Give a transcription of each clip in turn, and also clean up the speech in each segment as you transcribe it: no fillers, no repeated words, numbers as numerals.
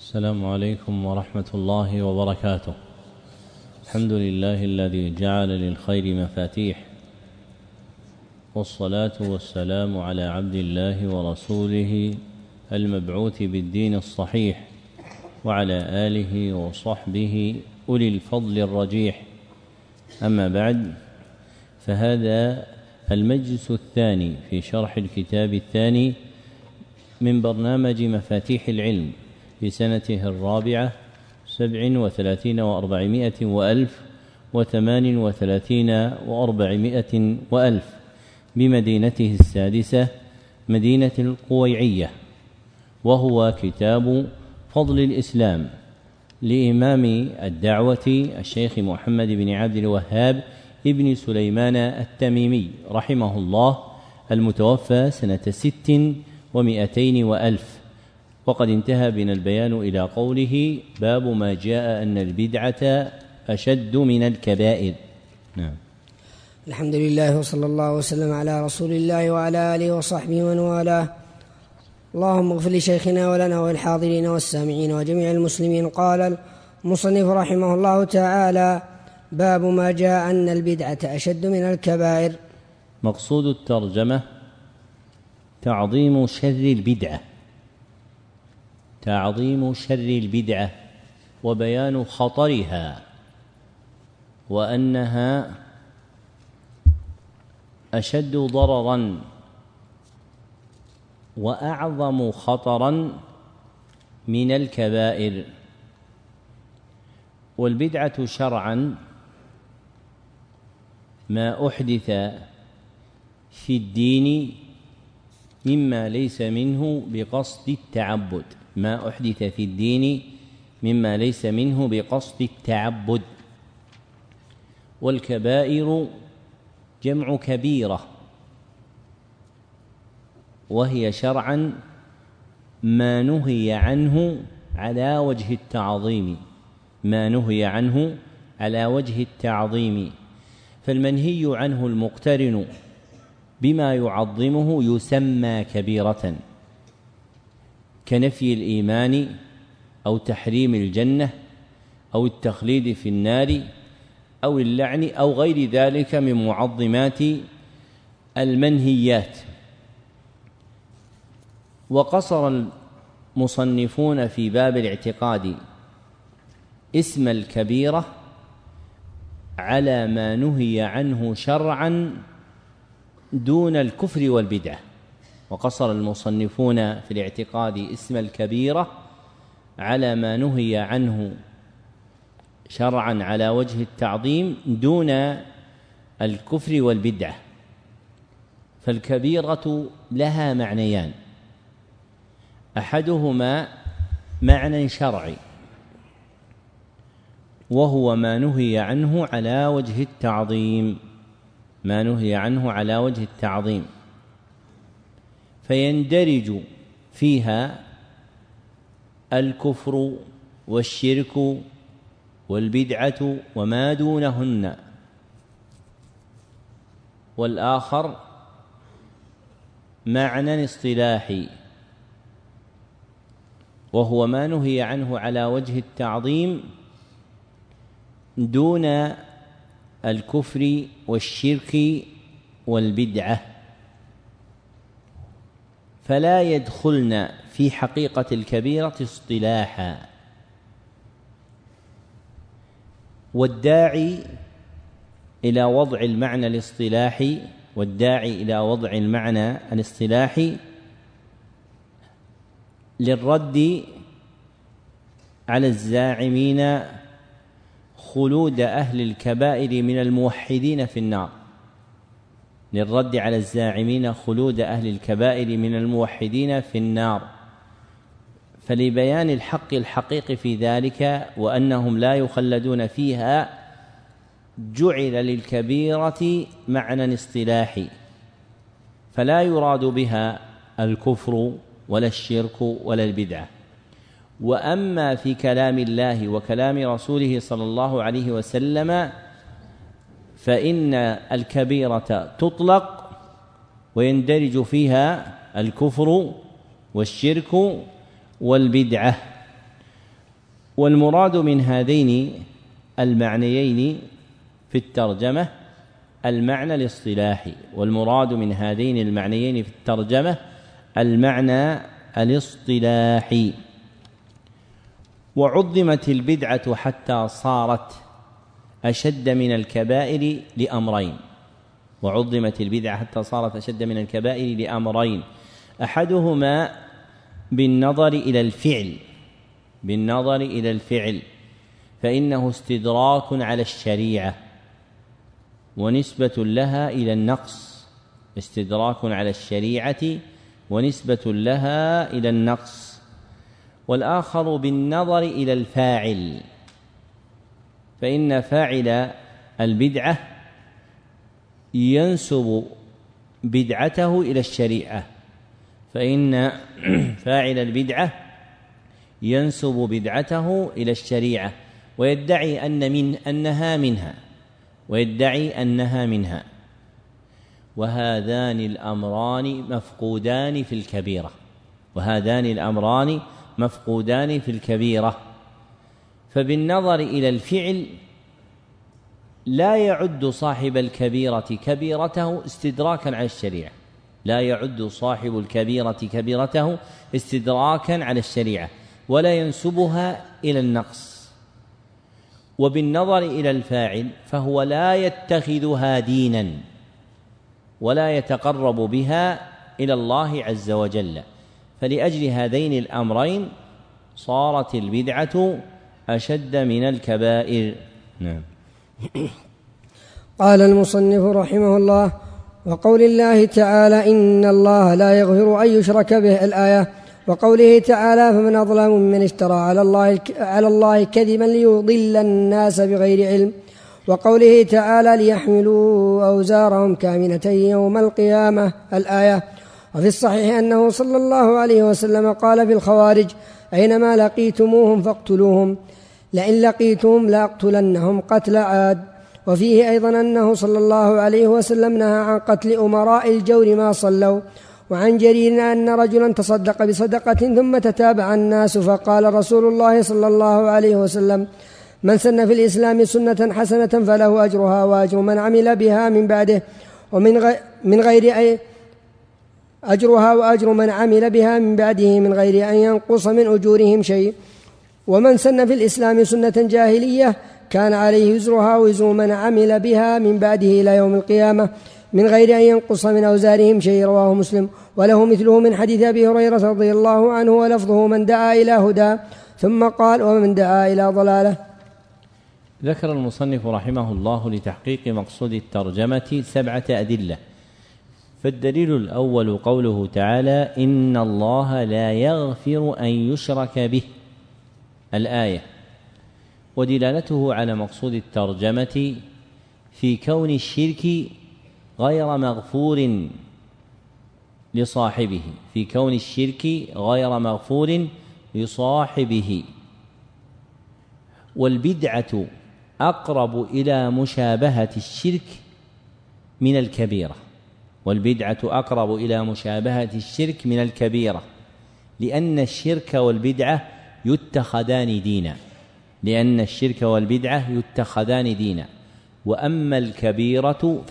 السلام عليكم ورحمة الله وبركاته. الحمد لله الذي جعل للخير مفاتيح، والصلاة والسلام على عبد الله ورسوله المبعوث بالدين الصحيح، وعلى آله وصحبه أولي الفضل الرجيح. أما بعد، فهذا المجلس الثاني في شرح الكتاب الثاني من برنامج مفاتيح العلم في سنته 37 و400 وألف 38 و400 وألف بمدينته السادسة مدينة القويعية، وهو كتاب فضل الإسلام لإمام الدعوة الشيخ محمد بن عبد الوهاب ابن سليمان التميمي رحمه الله، المتوفى سنة 600 وألف. وقد انتهى بنا البيان إلى قوله: باب ما جاء أن البدعة أشد من الكبائر. نعم. الحمد لله، وصلى الله وسلم على رسول الله وعلى آله وصحبه ومن والاه. اللهم اغفر لشيخنا ولنا والحاضرين والسامعين وجميع المسلمين. قال المصنف رحمه الله تعالى: باب ما جاء أن البدعة أشد من الكبائر. مقصود الترجمة تعظيم شر البدعة، تعظيم شر البدعة وبيان خطرها، وأنها أشد ضررا وأعظم خطرا من الكبائر. والبدعة شرعا ما أحدث في الدين مما ليس منه بقصد التعبد، ما أحدث في الدين مما ليس منه بقصد التعبد. والكبائر جمع كبيرة، وهي شرعا ما نهي عنه على وجه التعظيم، ما نهي عنه على وجه التعظيم. فالمنهي عنه المقترن بما يعظمه يسمى كبيرة، كنفي الإيمان أو تحريم الجنة أو التخليد في النار أو اللعن أو غير ذلك من معظمات المنهيات. وقصر المصنفون في باب الاعتقاد اسم الكبيرة على ما نهي عنه شرعا دون الكفر والبدعة. وقصر المصنفون في الاعتقاد اسم الكبيرة على ما نهي عنه شرعا على وجه التعظيم دون الكفر والبدعة. فالكبيرة لها معنيان: أحدهما معنى شرعي، وهو ما نهي عنه على وجه التعظيم، ما نهي عنه على وجه التعظيم، فيندرج فيها الكفر والشرك والبدعة وما دونهن. والآخر معنى اصطلاحي، وهو ما نهي عنه على وجه التعظيم دون الكفر والشرك والبدعة، فلا يدخلن في حقيقة الكبيرة اصطلاحا. والداعي إلى وضع المعنى الاصطلاحي، والداعي إلى وضع المعنى الاصطلاحي للرد على الزاعمين خلود أهل الكبائر من الموحدين في النار، للرد على الزاعمين خلود أهل الكبائر من الموحدين في النار. فلبيان الحق الحقيقي في ذلك وأنهم لا يخلدون فيها جعل للكبيرة معنى اصطلاحي، فلا يراد بها الكفر ولا الشرك ولا البدعة. وأما في كلام الله وكلام رسوله صلى الله عليه وسلم فإن الكبيرة تطلق ويندرج فيها الكفر والشرك والبدعة. والمراد من هذين المعنيين في الترجمة المعنى الاصطلاحي، والمراد من هذين المعنيين في الترجمة المعنى الاصطلاحي. وعظمت البدعة حتى صارت أشد من الكبائر لأمرين. وعظمت البدعة حتى صارت أشد من الكبائر لأمرين، أحدهما بالنظر إلى الفعل فإنه استدراك على الشريعة ونسبة لها إلى النقص، استدراك على الشريعة ونسبة لها إلى النقص. والآخر بالنظر إلى الفاعل، فإن فاعل البدعة ينسب بدعته إلى الشريعة، فإن فاعل البدعة ينسب بدعته إلى الشريعة ويدعي أنها منها، وهذان الأمران مفقودان في الكبيرة. فبالنظر إلى الفعل لا يعد صاحب الكبيرة كبيرته استدراكا على الشريعة، ولا ينسبها إلى النقص. وبالنظر إلى الفاعل فهو لا يتخذها دينا ولا يتقرب بها إلى الله عز وجل. فلأجل هذين الأمرين صارت البدعة أشد من الكبائر. نعم. قال المصنف رحمه الله: وقول الله تعالى: إن الله لا يغفر أن يشرك به، الآية. وقوله تعالى: فمن أظلم ممن افترى على الله كذبا ليضل الناس بغير علم. وقوله تعالى: ليحملوا أوزارهم كاملة يوم القيامة، الآية. وفي الصحيح أنه صلى الله عليه وسلم قال في الخوارج: أينما لقيتموهم فاقتلوهم، لئن لقيتهم لأقتلنهم قتل عاد. وفيه أيضا أنه صلى الله عليه وسلم نهى عن قتل أمراء الجور ما صلوا. وعن جرير أن رجلا تصدق بصدقة ثم تتابع الناس، فقال رسول الله صلى الله عليه وسلم: من سن في الإسلام سنة حسنة فله أجرها وأجر من عمل بها من بعده، من غير أن ينقص من أجورهم شيء. ومن سن في الإسلام سنة جاهلية كان عليه وزرها وزر من عمل بها من بعده إلى يوم القيامة من غير أن ينقص من أوزارهم شيء. رواه مسلم. وله مثله من حديث أبي هريرة رضي الله عنه، ولفظه: من دعا إلى هدى، ثم قال: ومن دعا إلى ضلالة. ذكر المصنف رحمه الله لتحقيق مقصود الترجمة 7 أدلة. فالدليل الأول قوله تعالى: إن الله لا يغفر أن يشرك به، الآية. ودلالته على مقصود الترجمة في كون الشرك غير مغفور لصاحبه، والبدعة أقرب إلى مشابهة الشرك من الكبيرة، لأن الشرك والبدعة يتخذان دينا، وأما الكبيرة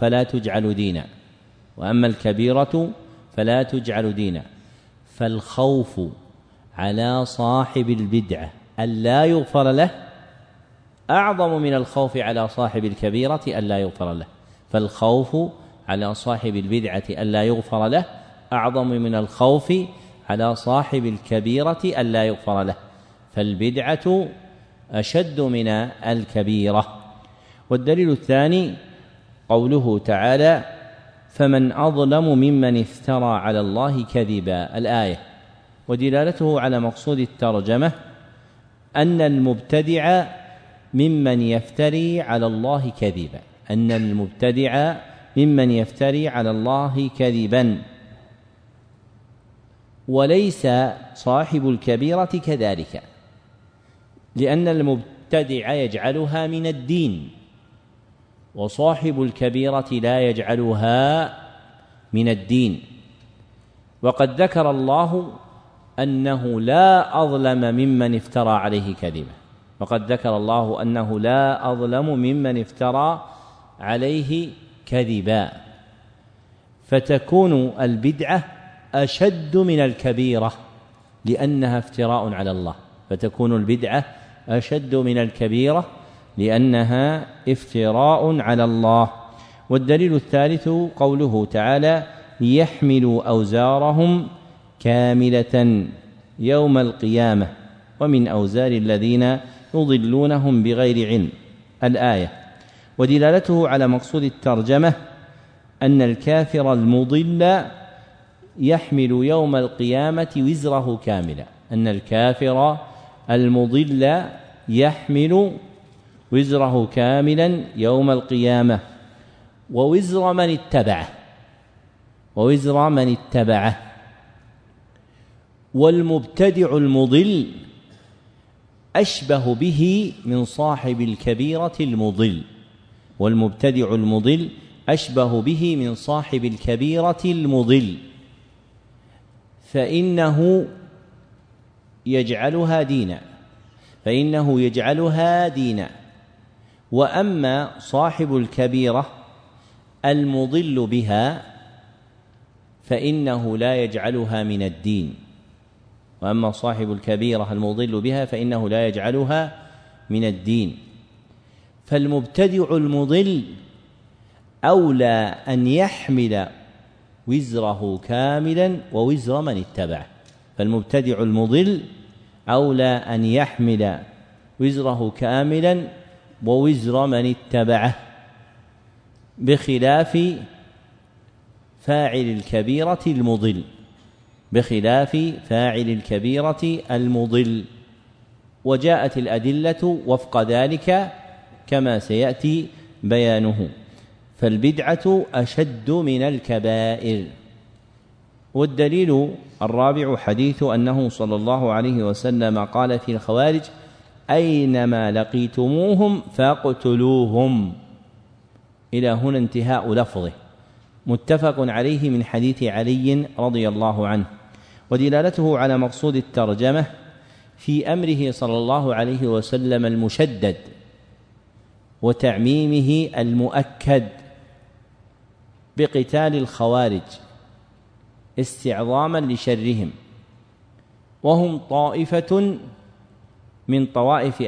فلا تجعل دينا. فالخوف على صاحب البدعة ألا يغفر له أعظم من الخوف على صاحب الكبيرة ألا يغفر له. فالخوف على صاحب البدعة ألا يغفر له أعظم من الخوف على صاحب الكبيرة ألا يغفر له، فالبدعة أشد من الكبيرة. والدليل الثاني قوله تعالى: فمن أظلم ممن افترى على الله كذبا، الآية. ودلالته على مقصود الترجمة أن المبتدع ممن يفتري على الله كذبا، وليس صاحب الكبيرة كذلك، لأن المبتدع يجعلها من الدين، وصاحب الكبيرة لا يجعلها من الدين. وقد ذكر الله أنه لا أظلم ممن افترى عليه كذبا، وقد ذكر الله أنه لا أظلم ممن افترى عليه كذبا، فتكون البدعة أشد من الكبيرة لأنها افتراء على الله، فتكون البدعة أشد من الكبيرة لأنها افتراء على الله. والدليل الثالث قوله تعالى: ليحملوا أوزارهم كاملة يوم القيامة ومن أوزار الذين يضلونهم بغير علم، الآية. ودلالته على مقصود الترجمة أن الكافر المضل يحمل يوم القيامة وزره كاملا، أن الكافر المضل يحمل وزره كاملا يوم القيامة ووزر من اتبعه. والمبتدع المضل أشبه به من صاحب الكبيرة المضل، والمبتدع المضل أشبه به من صاحب الكبيرة المضل، فإنه يجعلها دينا، وأما صاحب الكبيرة المضل بها فإنه لا يجعلها من الدين، وأما صاحب الكبيرة المضل بها فإنه لا يجعلها من الدين. فالمبتدع المضل أولى أن يحمل وزره كاملا ووزر من اتبعه، فالمبتدع المضل أولى أن يحمل وزره كاملا ووزر من اتبعه، بخلاف فاعل الكبيرة المضل. وجاءت الأدلة وفق ذلك كما سيأتي بيانه، فالبدعة أشد من الكبائر. والدليل الرابع حديث أنه صلى الله عليه وسلم قال في الخوارج: أينما لقيتموهم فاقتلوهم، إلى هنا انتهاء لفظه، متفق عليه من حديث علي رضي الله عنه. ودلالته على مقصود الترجمة في أمره صلى الله عليه وسلم المشدد وتعميمه المؤكد بقتال الخوارج استعظاما لشرهم، وهم طائفة من طوائف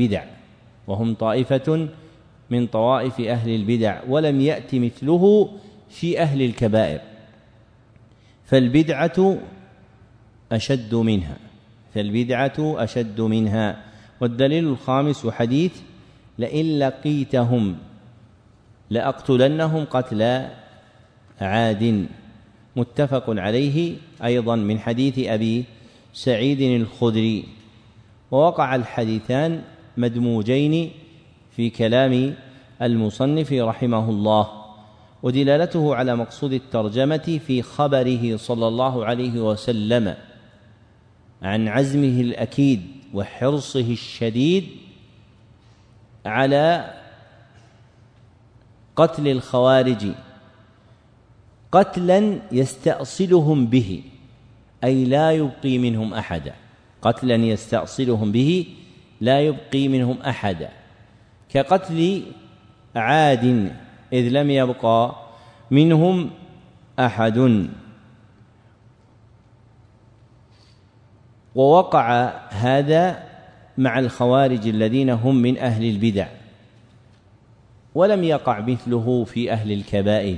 أهل البدع، ولم يأت مثله في أهل الكبائر، فالبدعة أشد منها. والدليل الخامس حديث: لئن لقيتهم لأقتلنهم قتل عاد، متفق عليه أيضا من حديث أبي سعيد الخدري. ووقع الحديثان مدموجين في كلام المصنف رحمه الله. ودلالته على مقصود الترجمة في خبره صلى الله عليه وسلم عن عزمه الأكيد وحرصه الشديد على قتل الخوارج قتلا يستأصلهم به، أي لا يبقي منهم أحدا، قتلا يستأصلهم به لا يبقي منهم أحدا، كقتل عاد إذ لم يبقى منهم أحد. ووقع هذا مع الخوارج الذين هم من أهل البدع، ولم يقع مثله في أهل الكبائر،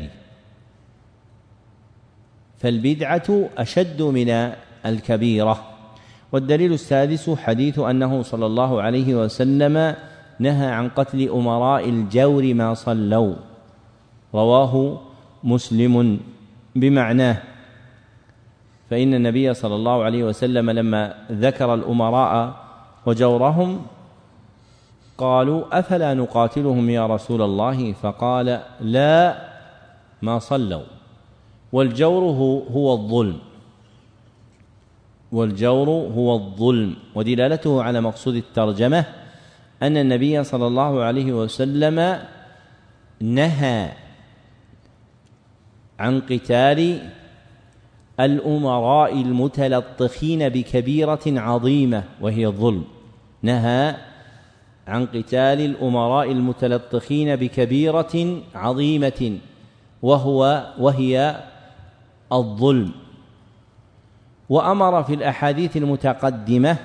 فالبدعة أشد من الكبيرة. والدليل السادس حديث أنه صلى الله عليه وسلم نهى عن قتل أمراء الجور ما صلوا، رواه مسلم بمعناه، فإن النبي صلى الله عليه وسلم لما ذكر الأمراء وجورهم قالوا: أفلا نقاتلهم يا رسول الله؟ فقال: لا، ما صلوا. والجور هو الظلم. ودلالته على مقصود الترجمة أن النبي صلى الله عليه وسلم نهى عن قتال الأمراء المتلطخين بكبيرة عظيمة وهي الظلم، نهى عن قتال الأمراء المتلطخين بكبيرة عظيمة وهي الظلم. وأمر في الأحاديث المتقدمة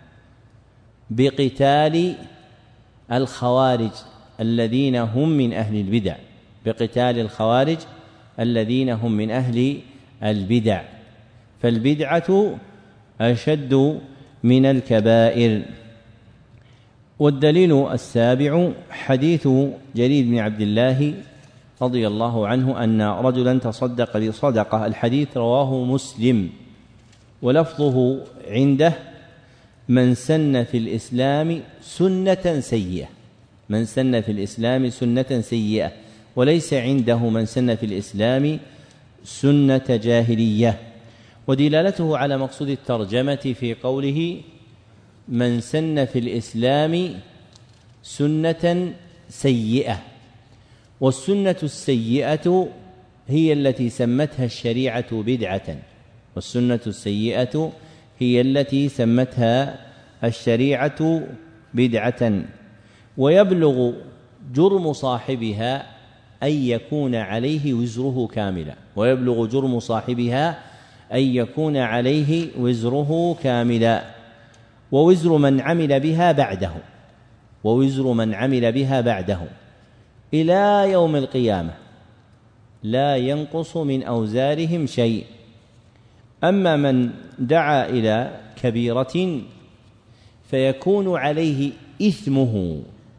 بقتال الخوارج الذين هم من أهل البدع، بقتال الخوارج الذين هم من أهل البدع، فالبدعة أشد من الكبائر. والدليل السابع حديث جرير بن عبد الله رضي الله عنه أن رجلا تصدق بصدقة. الحديث رواه مسلم، ولفظه عنده: من سن في الإسلام سنة سيئة، من سن في الإسلام سنة سيئة، وليس عنده من سن في الإسلام سنة جاهلية. ودلالته على مقصود الترجمة في قوله من سن في الإسلام سنة سيئة، والسنة السيئة هي التي سمتها الشريعة بدعة، والسنة السيئة هي التي سمتها الشريعة بدعة. ويبلغ جرم صاحبها أن يكون عليه وزره كاملا، ويبلغ جرم صاحبها أن يكون عليه وزره كاملا، ووزر من عمل بها بعده، ووزر من عمل بها بعده إلى يوم القيامة لا ينقص من أوزارهم شيء. أما من دعا إلى كبيرة فيكون عليه إثمه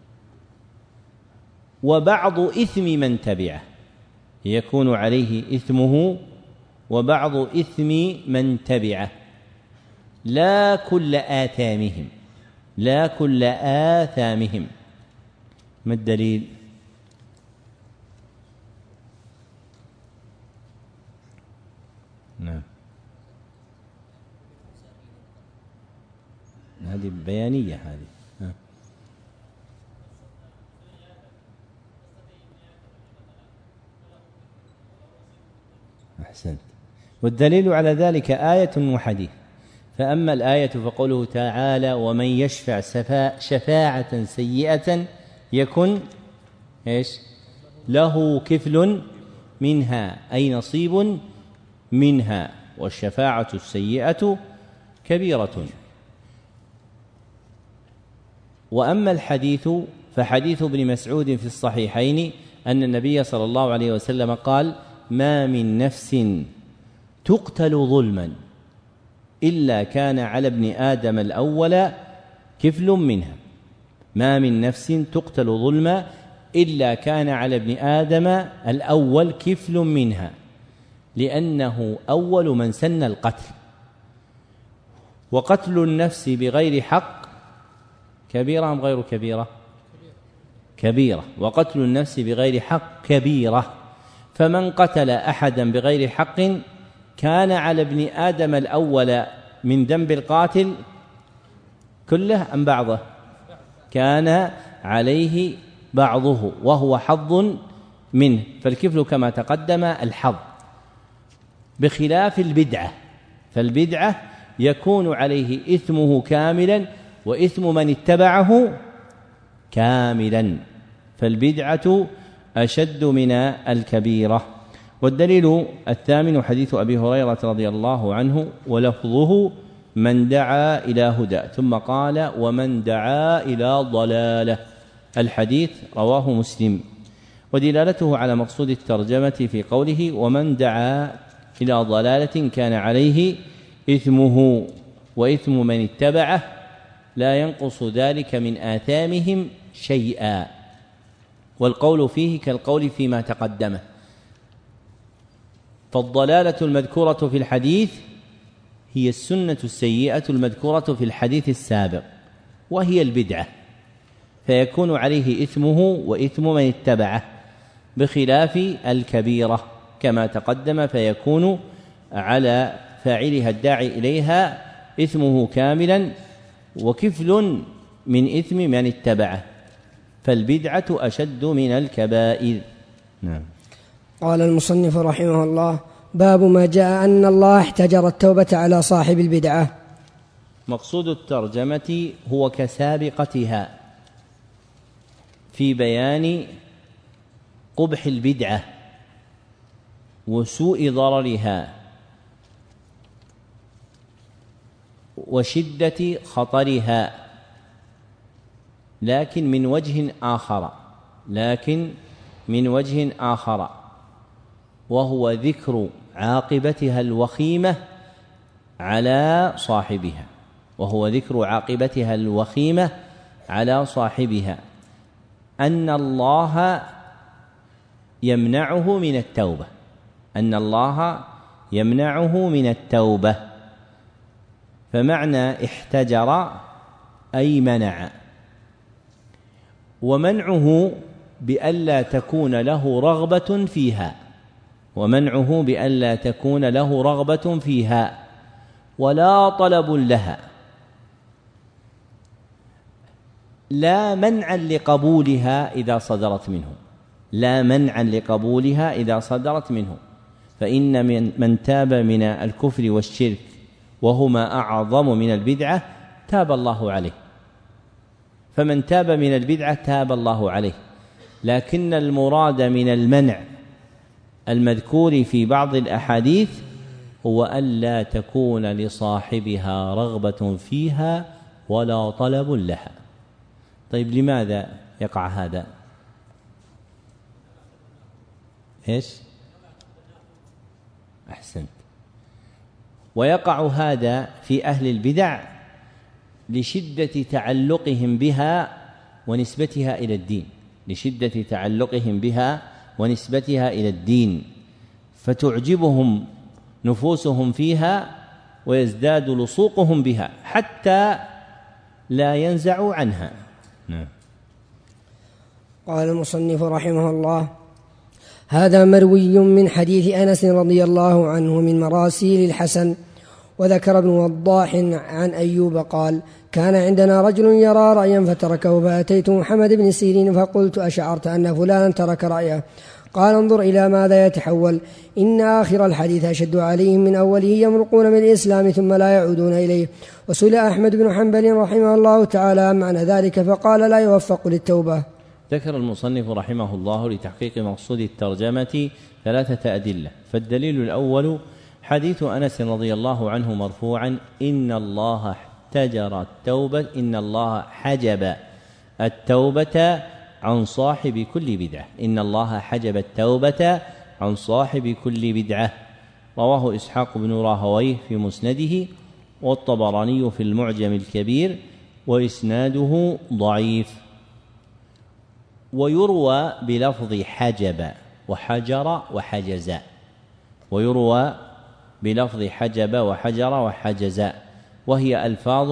وبعض إثم من تبعه، يكون عليه إثمه وبعض إثم من تبعه، لا كل آثامهم، لا كل آثامهم. ما الدليل؟ نعم، هذه بيانية هذه. أحسنت. والدليل على ذلك آية وحديث. فأما الآية فقوله تعالى ومن يشفع شفاعة سيئة يكن له كفل منها، أي نصيب منها، والشفاعة السيئة كبيرة. وأما الحديث فحديث ابن مسعود في الصحيحين أن النبي صلى الله عليه وسلم قال ما من نفس تقتل ظلما إلا كان على ابن آدم الأول كفل منها، ما من نفس تقتل ظلما إلا كان على ابن آدم الأول كفل منها، لأنه أول من سن القتل. وقتل النفس بغير حق كبيرة أم غير كبيرة؟ كبيرة. وقتل النفس بغير حق كبيرة. فمن قتل أحدا بغير حق كان على ابن آدم الأول من ذنب القاتل كله أم بعضه؟ كان عليه بعضه وهو حظ منه، فالكفل كما تقدم الحظ، بخلاف البدعة، فالبدعة يكون عليه إثمه كاملا وإثم من اتبعه كاملا، فالبدعة أشد من الكبيرة. والدليل الثامن حديث أبي هريرة رضي الله عنه ولفظه من دعا إلى هدى، ثم قال ومن دعا إلى ضلالة. الحديث رواه مسلم. ودلالته على مقصود الترجمة في قوله ومن دعا إلى ضلالة كان عليه إثمه وإثم من اتبعه لا ينقص ذلك من آثامهم شيئا. والقول فيه كالقول فيما تقدمه. فالضلالة المذكورة في الحديث هي السنة السيئة المذكورة في الحديث السابق، وهي البدعة، فيكون عليه إثمه وإثم من اتبعه، بخلاف الكبيرة كما تقدم، فيكون على فاعلها الداعي إليها إثمه كاملا وكفل من إثم من اتبعه، فالبدعة أشد من الكبائر. نعم. قال المصنف رحمه الله باب ما جاء أن الله احتجر التوبة على صاحب البدعة. مقصود الترجمة هو كسابقتها، في بيان قبح البدعة وسوء ضررها وشدة خطرها، لكن من وجه آخر، وهو ذكر عاقبتها الوخيمة على صاحبها، أن الله يمنعه من التوبة، فمعنى احتجر أي منع، ومنعه بألا تكون له رغبة فيها ولا طلب لها، لا منعا لقبولها إذا صدرت منه، فإن من تاب من الكفر والشرك وهما أعظم من البدعة تاب الله عليه، فمن تاب من البدعة تاب الله عليه. لكن المراد من المنع المذكور في بعض الأحاديث هو ألا تكون لصاحبها رغبة فيها ولا طلب لها. طيب لماذا يقع هذا؟ أحسنت. ويقع هذا في أهل البدع لشدة تعلقهم بها ونسبتها إلى الدين، فتعجبهم نفوسهم فيها ويزداد لصوقهم بها حتى لا ينزعوا عنها. قال المصنف رحمه الله: هذا مروي من حديث أنس رضي الله عنه من مراسيل الحسن. وذكر ابن وضاح عن أيوب قال: كان عندنا رجل يرى رأيا فتركه، فأتيت محمد بن سيرين فقلت: أشعرت أن فلانا ترك رأيه؟ قال: انظر إلى ماذا يتحول، إن آخر الحديث أشد عليهم من أوله، يمرقون من الإسلام ثم لا يعودون إليه. وسئل أحمد بن حنبل رحمه الله تعالى عن معنى ذلك فقال: لا يوفق للتوبة. ذكر المصنف رحمه الله لتحقيق مقصود الترجمة 3 أدلة. فالدليل الأول حديث أنس رضي الله عنه مرفوعا: إن الله حجب التوبة عن صاحب كل بدعة. رواه إسحاق بن راهويه في مسنده، والطبراني في المعجم الكبير، وإسناده ضعيف. ويروى بلفظ حجب وحجر وحجز، وهي ألفاظ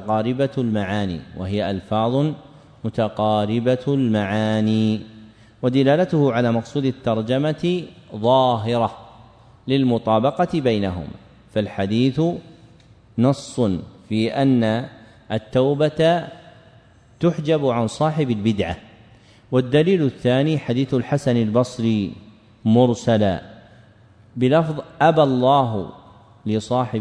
متقاربة المعاني، ودلالته على مقصود الترجمة ظاهرة للمطابقة بينهما، فالحديث نص في أن التوبة تحجب عن صاحب البدعة. والدليل الثاني حديث الحسن البصري مرسلا بلفظ: أبى الله لصاحب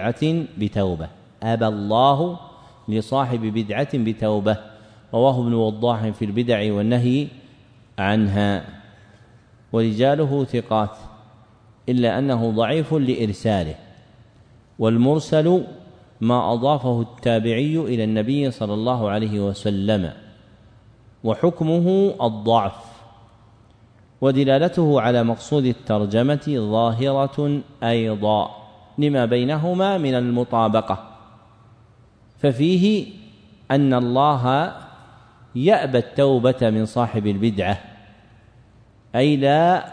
بدعة بتوبة، رواه ابن وضاح في البدع والنهي عنها، ورجاله ثقات، إلا أنه ضعيف لإرساله. والمرسل ما أضافه التابعي إلى النبي صلى الله عليه وسلم، وحكمه الضعف. ودلالته على مقصود الترجمة ظاهرة أيضا لما بينهما من المطابقة، ففيه أن الله يأبى التوبة من صاحب البدعة، أي لا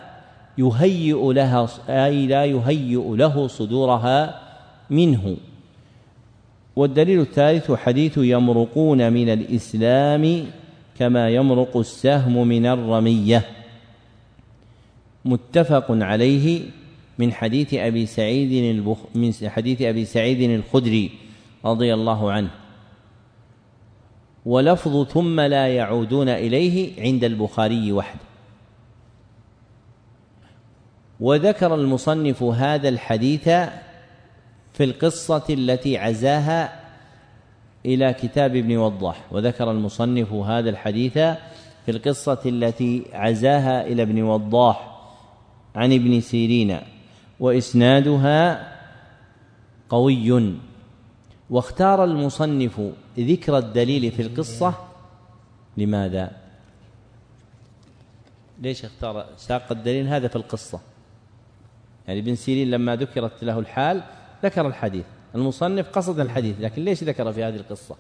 يهيئ له صدورها منه. والدليل الثالث حديث: يمرقون من الإسلام كما يمرق السهم من الرمية، متفق عليه من حديث أبي سعيد الخدري رضي الله عنه. ولفظ ثم لا يعودون إليه عند البخاري وحده. وذكر المصنف هذا الحديث في القصة التي عزاها إلى كتاب ابن وضاح، في القصة التي عزاها إلى ابن وضاح عن ابن سيرين وإسنادها قوي. واختار المصنف ذكر الدليل في القصة. لماذا؟ ليش اختار ساق الدليل هذا في القصة؟ يعني ابن سيرين لما ذكرت له الحال ذكر الحديث، المصنف قصد الحديث، لكن ليش ذكر في هذه القصة؟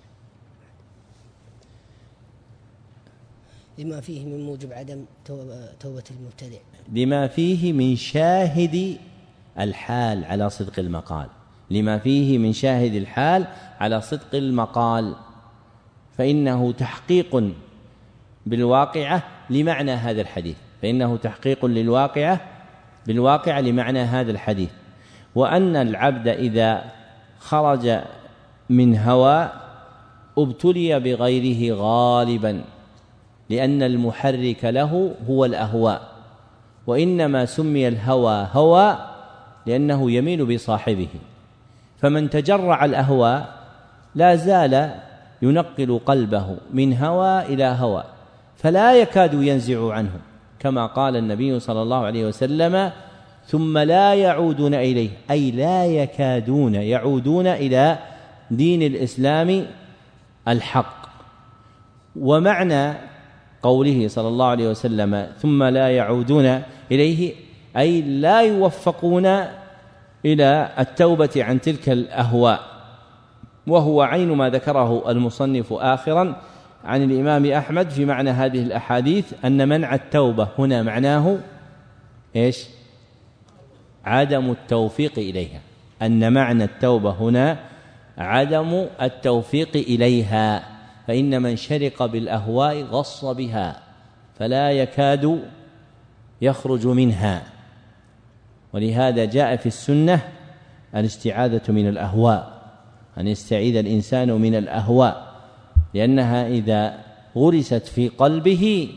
لما فيه من موجب عدم توبة المبتدع، لما فيه من شاهد الحال على صدق المقال، لما فيه من شاهد الحال على صدق المقال، فإنه تحقيق بالواقعة لمعنى هذا الحديث، فإنه تحقيق بالواقع لمعنى هذا الحديث. وأن العبد إذا خرج من هوى ابتلي بغيره غالبا، لأن المحرك له هو الأهواء، وإنما سمي الهوى هوى لأنه يميل بصاحبه، فمن تجرع الأهواء لا زال ينقل قلبه من هوى إلى هوى، فلا يكاد ينزع عنه، كما قال النبي صلى الله عليه وسلم: ثم لا يعودون إليه، أي لا يكادون يعودون إلى دين الإسلام الحق. ومعنى قوله صلى الله عليه وسلم ثم لا يعودون إليه أي لا يوفقون إلى التوبة عن تلك الأهواء، وهو عين ما ذكره المصنف آخرا عن الإمام أحمد في معنى هذه الأحاديث، أن منع التوبة هنا معناه إيش؟ عدم التوفيق إليها، أن معنى التوبة هنا عدم التوفيق إليها، فإن من شرق بالأهواء غص بها فلا يكاد يخرج منها. ولهذا جاء في السنة الاستعاذة من الأهواء، أن يستعيذ الإنسان من الأهواء، لأنها إذا غرست في قلبه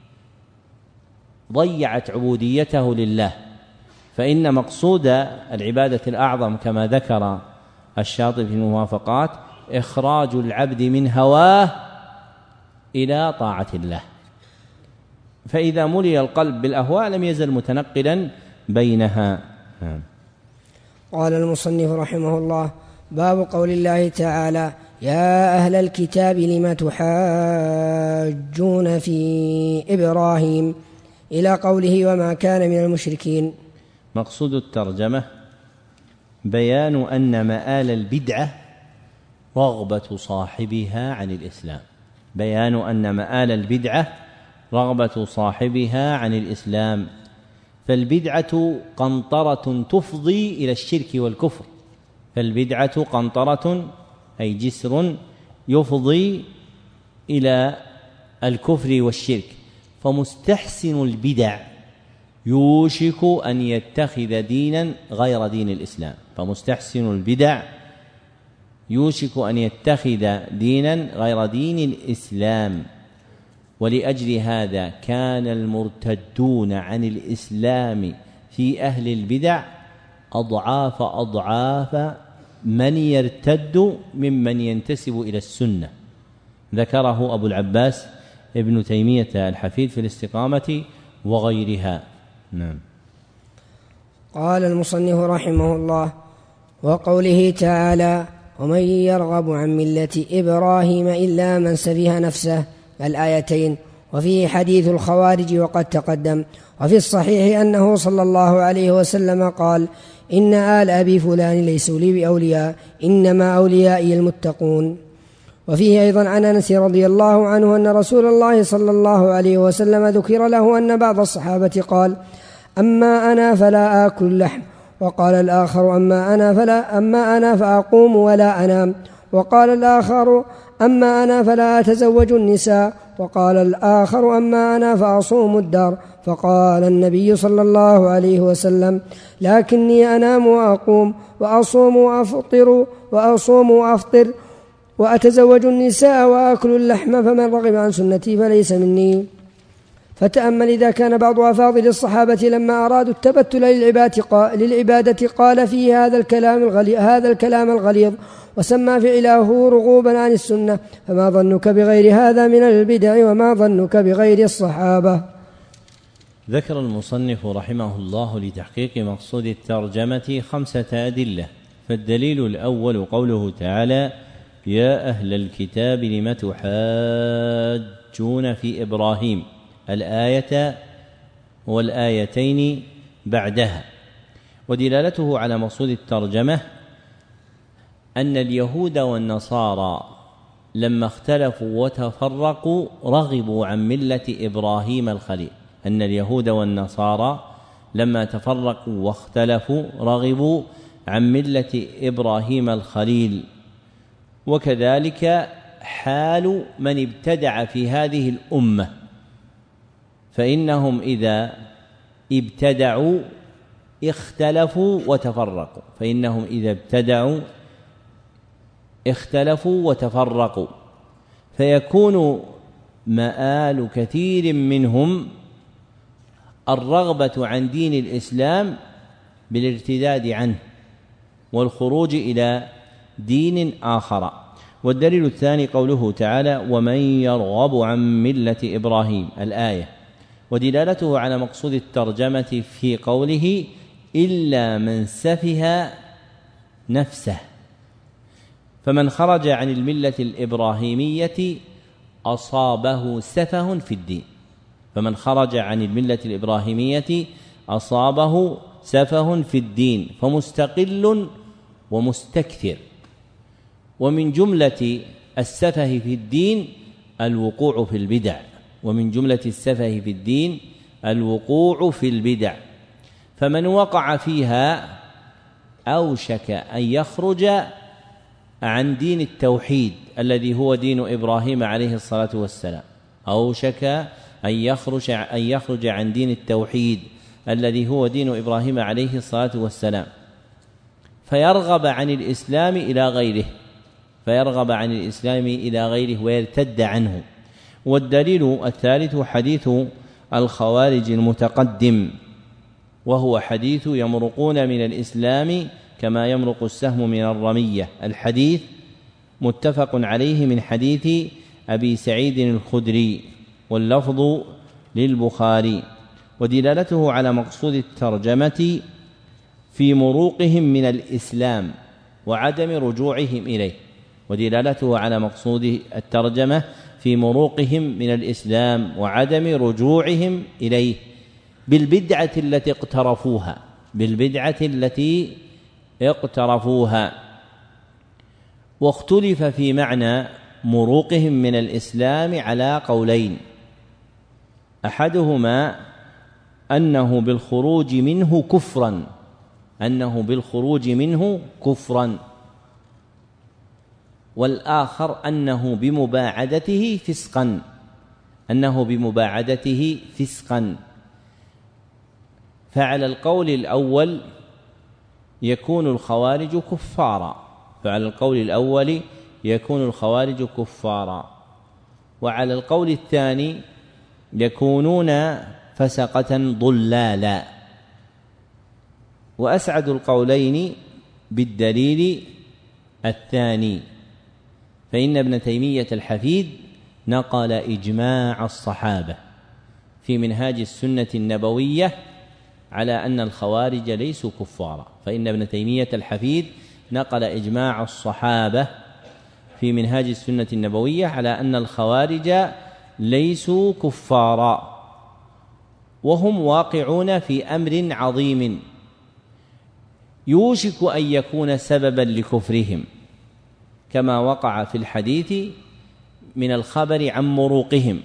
ضيعت عبوديته لله، فإن مقصود العبادة الأعظم كما ذكر الشاطبي في الموافقات إخراج العبد من هواه إلى طاعة الله، فإذا ملي القلب بالأهواء لم يزل متنقلا بينها. قال المصنف رحمه الله: باب قول الله تعالى: يا أهل الكتاب لم تحاجون في إبراهيم، إلى قوله وما كان من المشركين. مقصود الترجمة بيان أن مآل البدعة رغبة صاحبها عن الإسلام، بيان أن مآل البدعة رغبة صاحبها عن الإسلام، فالبدعة قنطرة تفضي إلى الشرك والكفر، فالبدعة قنطرة أي جسر يفضي إلى الكفر والشرك، فمستحسن البدع يوشك أن يتخذ دينا غير دين الإسلام، فمستحسن البدع يوشك أن يتخذ دينا غير دين الإسلام. ولأجل هذا كان المرتدون عن الإسلام في أهل البدع أضعاف من يرتد ممن ينتسب إلى السنة، ذكره أبو العباس ابن تيمية الحفيد في الاستقامة وغيرها. نعم. قال المصنف رحمه الله: وقوله تعالى: ومن يرغب عن ملة إبراهيم إلا من سفه نفسه، الآيتين. وفيه حديث الخوارج وقد تقدم. وفي الصحيح أنه صلى الله عليه وسلم قال: إن آل أبي فلان ليسوا لي بأولياء، إنما أوليائي المتقون. وفيه أيضا عن أنس رضي الله عنه أن رسول الله صلى الله عليه وسلم ذكر له أن بعض الصحابة قال: أما أنا فلا آكل اللحم، وقال الآخر: أما أنا فأقوم ولا أنام، وقال الآخر: أما أنا فلا أتزوج النساء، وقال الآخر: أما أنا فأصوم الدار. فقال النبي صلى الله عليه وسلم: لكني أنام وأقوم وأصوم وأفطر وأتزوج النساء وأكل اللحم، فمن رغب عن سنتي فليس مني. فتأمل إذا كان بعض أفاضل الصحابة لما أرادوا التبتل للعبادة قال فيه هذا الكلام الغليظ وسمى فعله رغوبا عن السنة، فما ظنك بغير هذا من البدع وما ظنك بغير الصحابة. ذكر المصنف رحمه الله لتحقيق مقصود الترجمة 5 أدلة. فالدليل الأول قوله تعالى: يا أهل الكتاب لم تحاجون في إبراهيم، الآية والآيتين بعدها. ودلالته على مقصود الترجمة أن اليهود والنصارى لما اختلفوا وتفرقوا رغبوا عن ملة إبراهيم الخليل. أن اليهود والنصارى لما تفرقوا واختلفوا رغبوا عن ملة إبراهيم الخليل، وكذلك حال من ابتدع في هذه الأمة، فإنهم إذا ابتدعوا اختلفوا وتفرقوا، فإنهم إذا ابتدعوا اختلفوا وتفرقوا، فيكون مآل كثير منهم الرغبة عن دين الإسلام بالارتداد عنه والخروج إلى دين آخر. والدليل الثاني قوله تعالى: ومن يرغب عن ملة إبراهيم، الآية. ودلالته على مقصود الترجمة في قوله: إلا من سفه نفسه، فمن خرج عن الملة الإبراهيمية أصابه سفه في الدين. فمن خرج عن الملة الإبراهيمية أصابه سفه في الدين، فمستقل ومستكثر. ومن جملة السفه في الدين الوقوع في البدع، ومن جملة السفه في الدين الوقوع في البدع، فمن وقع فيها أوشك أن يخرج عن دين التوحيد الذي هو دين إبراهيم عليه الصلاة والسلام، أوشك أن يخرج عن دين التوحيد الذي هو دين إبراهيم عليه الصلاة والسلام، فيرغب عن الإسلام إلى غيره ويرتد عنه. والدليل الثالث حديث الخوارج المتقدم، وهو حديث يمرقون من الإسلام كما يمرق السهم من الرمية. الحديث متفق عليه من حديث أبي سعيد الخدري، واللفظ للبخاري. ودلالته على مقصود الترجمة في مروقهم من الإسلام وعدم رجوعهم إليه. ودلالته على مقصود الترجمة في مروقهم من الإسلام وعدم رجوعهم إليه بالبدعة التي اقترفوها. واختلف في معنى مروقهم من الإسلام على قولين: أحدهما أنه بالخروج منه كفرا، والآخر أنه بمباعدته فسقا. فعلى القول الأول يكون الخوارج كفارا، وعلى القول الثاني يكونون فسقة ضلالا. وأسعد القولين بالدليل الثاني، فإن ابن تيمية الحفيد نقل إجماع الصحابة في منهاج السنة النبوية على أن الخوارج ليسوا كفارا. فإن ابن تيمية الحفيد نقل إجماع الصحابة في منهاج السنة النبوية على أن الخوارج ليسوا كفارا، وهم واقعون في أمر عظيم يوشك أن يكون سببا لكفرهم، كما وقع في الحديث من الخبر عن مروقهم.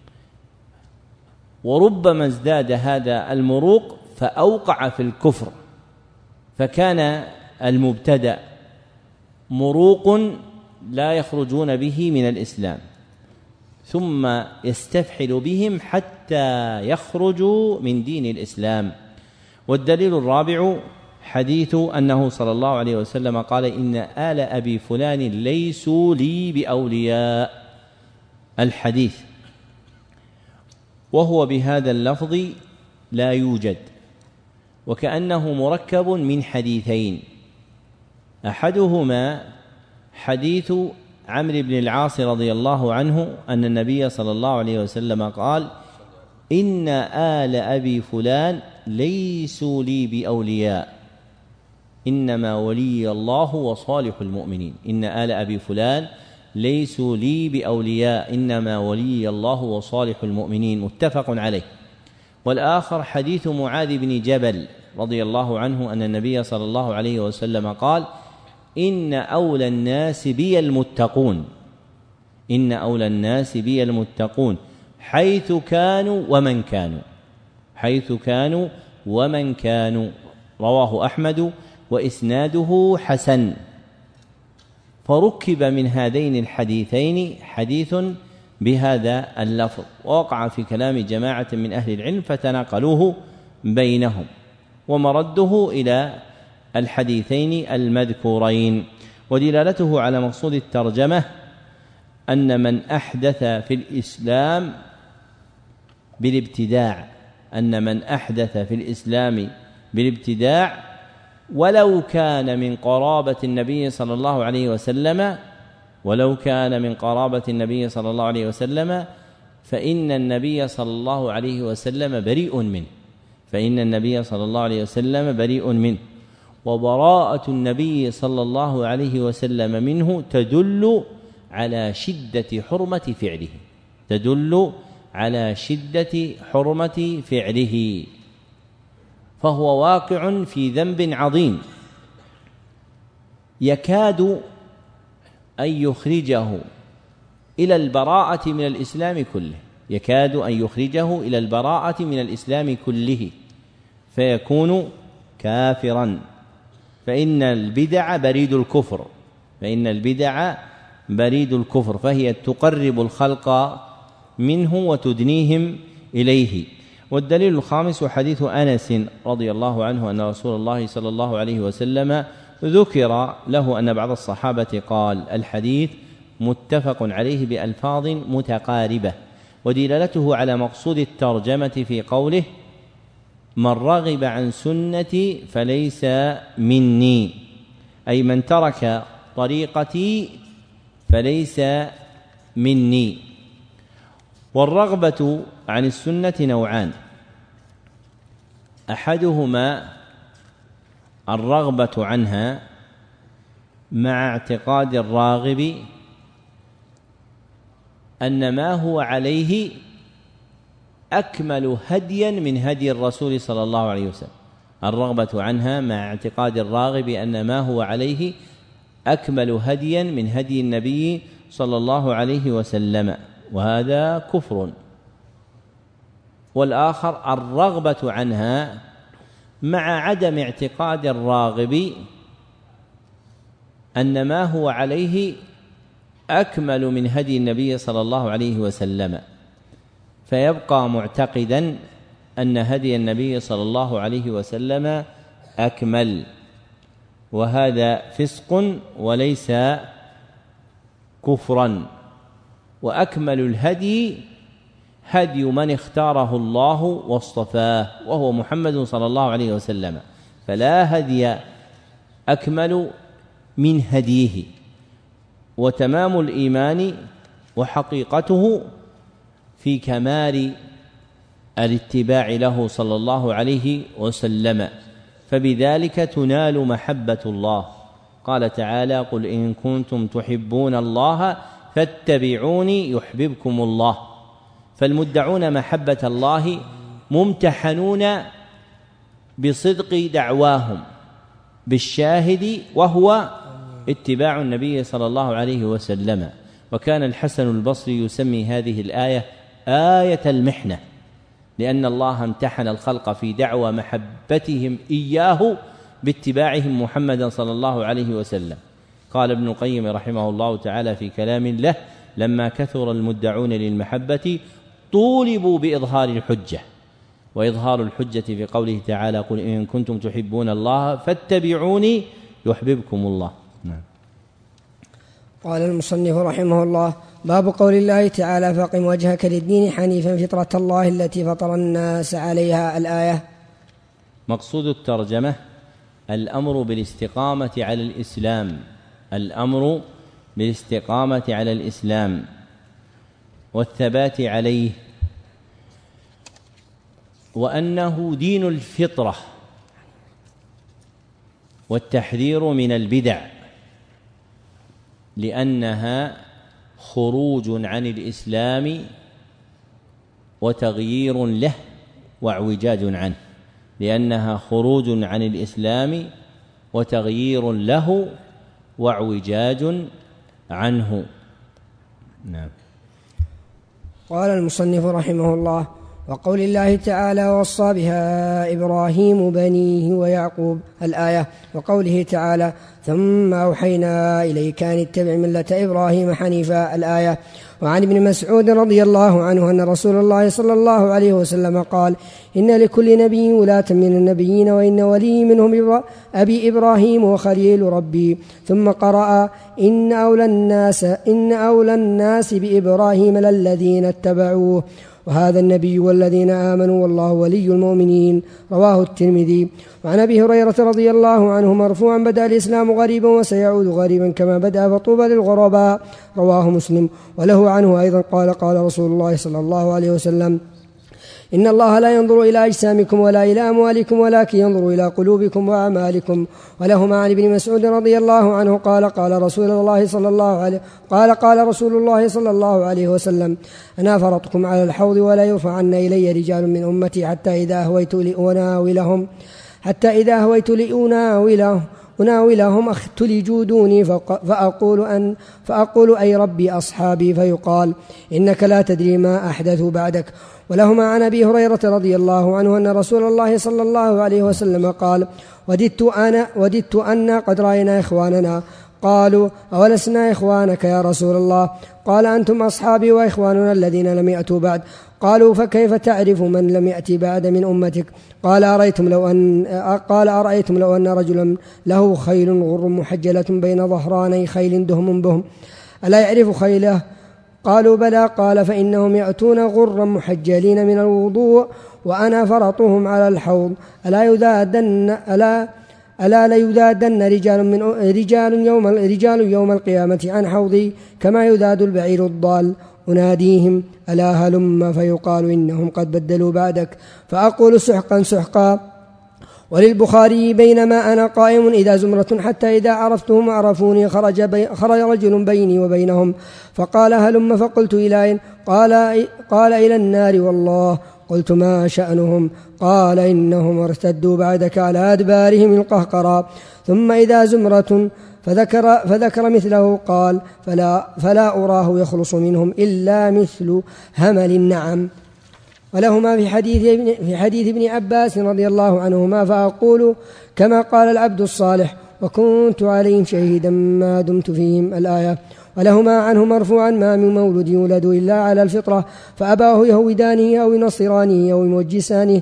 وربما ازداد هذا المروق فأوقع في الكفر، فكان المبتدأ مروق لا يخرجون به من الإسلام، ثم يستفحل بهم حتى يخرجوا من دين الإسلام. والدليل الرابع حديث أنه صلى الله عليه وسلم قال: إن آل أبي فلان ليسوا لي بأولياء، الحديث. وهو بهذا اللفظ لا يوجد، وكأنه مركب من حديثين، أحدهما حديث عمرو بن العاص رضي الله عنه أن النبي صلى الله عليه وسلم قال: إن آل أبي فلان ليسوا لي بأولياء إنما ولي الله وصالح المؤمنين. إن آل أبي فلان ليسوا لي بأولياء إنما ولي الله وصالح المؤمنين، متفق عليه. والآخر حديث معاذ بن جبل رضي الله عنه أن النبي صلى الله عليه وسلم قال: إن أولى الناس بي المتقون، إن أولى الناس بي المتقون حيث كانوا ومن كانوا، حيث كانوا ومن كانوا. رواه أحمد وإسناده حسن. فركب من هذين الحديثين حديث بهذا اللفظ، ووقع في كلام جماعة من أهل العلم فتناقلوه بينهم، ومرده إلى الحديثين المذكورين. ودلالته على مقصود الترجمة أن من أحدث في الإسلام بالابتداع، أن من أحدث في الإسلام بالابتداع ولو كان من قرابة النبي صلى الله عليه وسلم، ولو كان من قرابة النبي صلى الله عليه وسلم، فإن النبي صلى الله عليه وسلم بريء منه، فإن النبي صلى الله عليه وسلم بريء منه. وبراءة النبي صلى الله عليه وسلم منه تدل على شدة حرمة فعله، تدل على شدة حرمة فعله، فهو واقع في ذنب عظيم يكاد أن يخرجه إلى البراءة من الإسلام كله، يكاد أن يخرجه إلى البراءة من الإسلام كله، فيكون كافرا. فإن البدع بريد الكفر، فإن البدع بريد الكفر، فهي تقرب الخلق منه وتدنيهم إليه. والدليل الخامس حديث أنس رضي الله عنه أن رسول الله صلى الله عليه وسلم ذكر له أن بعض الصحابة قال. الحديث متفق عليه بألفاظ متقاربة، ودلالته على مقصود الترجمة في قوله: من رغب عن سنتي فليس مني، أي من ترك طريقتي فليس مني. والرغبة عن السنة نوعان: أحدهما الرغبة عنها مع اعتقاد الراغب أن ما هو عليه أكمل هديا من هدي الرسول صلى الله عليه وسلم، الرغبة عنها مع اعتقاد الراغب أن ما هو عليه أكمل هديا من هدي النبي صلى الله عليه وسلم، وهذا كفر. والآخر الرغبة عنها مع عدم اعتقاد الراغب أن ما هو عليه أكمل من هدي النبي صلى الله عليه وسلم، فيبقى معتقدا أن هدي النبي صلى الله عليه وسلم أكمل، وهذا فسق وليس كفرا. وأكمل الهدي هدي من اختاره الله واصطفاه، وهو محمد صلى الله عليه وسلم، فلا هدي أكمل من هديه. وتمام الإيمان وحقيقته في كمال الاتباع له صلى الله عليه وسلم، فبذلك تنال محبة الله. قال تعالى: قل إن كنتم تحبون الله فاتبعوني يحببكم الله. فالمدعون محبة الله ممتحنون بصدق دعواهم بالشاهد وهو اتباع النبي صلى الله عليه وسلم. وكان الحسن البصري يسمي هذه الآية آية المحنة، لأن الله امتحن الخلق في دعوى محبتهم إياه باتباعهم محمدا صلى الله عليه وسلم. قال ابن القيم رحمه الله تعالى في كلام له: لما كثر المدعون للمحبة طولبوا بإظهار الحجة، وإظهار الحجة في قوله تعالى: قل إن كنتم تحبون الله فاتبعوني يحببكم الله. قال المصنف رحمه الله: باب قول الله تعالى فاقم وجهك للدين حنيفا فطرة الله التي فطر الناس عليها الآية. مقصود الترجمة الأمر بالاستقامة على الإسلام، الأمر بالاستقامة على الإسلام والثبات عليه، وأنه دين الفطرة، والتحذير من البدع لأنها خروج عن الإسلام وتغيير له واعوجاج عنه، لأنها خروج عن الإسلام وتغيير له واعوجاج عنه. نعم. قال المصنف رحمه الله: وقول الله تعالى ووصى بها إبراهيم بنيه ويعقوب الآية، وقوله تعالى ثم أوحينا إليك أن اتبع ملة إبراهيم حنيفا الآية. وعن ابن مسعود رضي الله عنه أن رسول الله صلى الله عليه وسلم قال: إن لكل نبي ولاة من النبيين، وإن ولي منهم أبي إبراهيم وخليل ربي. ثم قرأ: إن أولى الناس بإبراهيم للذين اتبعوه، وهذا النبي والذين آمنوا والله ولي المؤمنين. رواه الترمذي. وعن أبي هريرة رضي الله عنه مرفوعا: بدأ الإسلام غريبا وسيعود غريبا كما بدأ فطوبى للغرباء. رواه مسلم. وله عنه أيضا قال: قال رسول الله صلى الله عليه وسلم: إن الله لا ينظر إلى أجسامكم ولا إلى أموالكم ولكن ينظر إلى قلوبكم وأعمالكم. ولهما عن ابن مسعود رضي الله عنه قال: قال رسول الله صلى الله عليه وسلم: أنا فرطكم على الحوض ولا يرفعن إلي رجال من أمتي حتى إذا أهويت لأناولهم اختلجوا دوني فأقول أي ربي أصحابي، فيقال إنك لا تدري ما أحدثوا بعدك. ولهما عن أبي هريرة رضي الله عنه أن رسول الله صلى الله عليه وسلم قال: وددت أن قد رأينا إخواننا. قالوا: أولسنا إخوانك يا رسول الله؟ قال: أنتم أصحابي وإخواننا الذين لم يأتوا بعد. قالوا: فكيف تعرف من لم يأتي بعد من أمتك؟ قال: أرأيتم لو أن رجلا له خيل غر محجلة بين ظهراني خيل دهم بهم، ألا يعرف خيله؟ قالوا: بلى. قال: فإنهم يأتون غرا محجلين من الوضوء وأنا فرطهم على الحوض، ألا ليذادن رجال يوم القيامة عن حوضي كما يذاد البعير الضال. أناديهم: ألا هلم؟ فيقال: إنهم قد بدلوا بعدك. فأقول: سحقا سحقا. وللبخاري: بينما أنا قائم إذا زمرة حتى إذا عرفتهم عرفوني خرج رجل بيني وبينهم فقال: هلم؟ فقلت: إلى أين؟ قال: إلى النار والله. قلت: ما شأنهم؟ قال: إنهم ارتدوا بعدك على أدبارهم القهقرى. ثم إذا زمرة فذكر مثله. قال: فلا أراه يخلص منهم إلا مثل همل النعم. ولهما في حديث ابن عباس رضي الله عنهما: فأقول كما قال العبد الصالح وكنت عليهم شهيدا ما دمت فيهم الآية. ولهما عنه مرفوعا: ما من مولود يولد إلا على الفطرة، فأباه يهودانه أو ينصرانه أو يمجسانه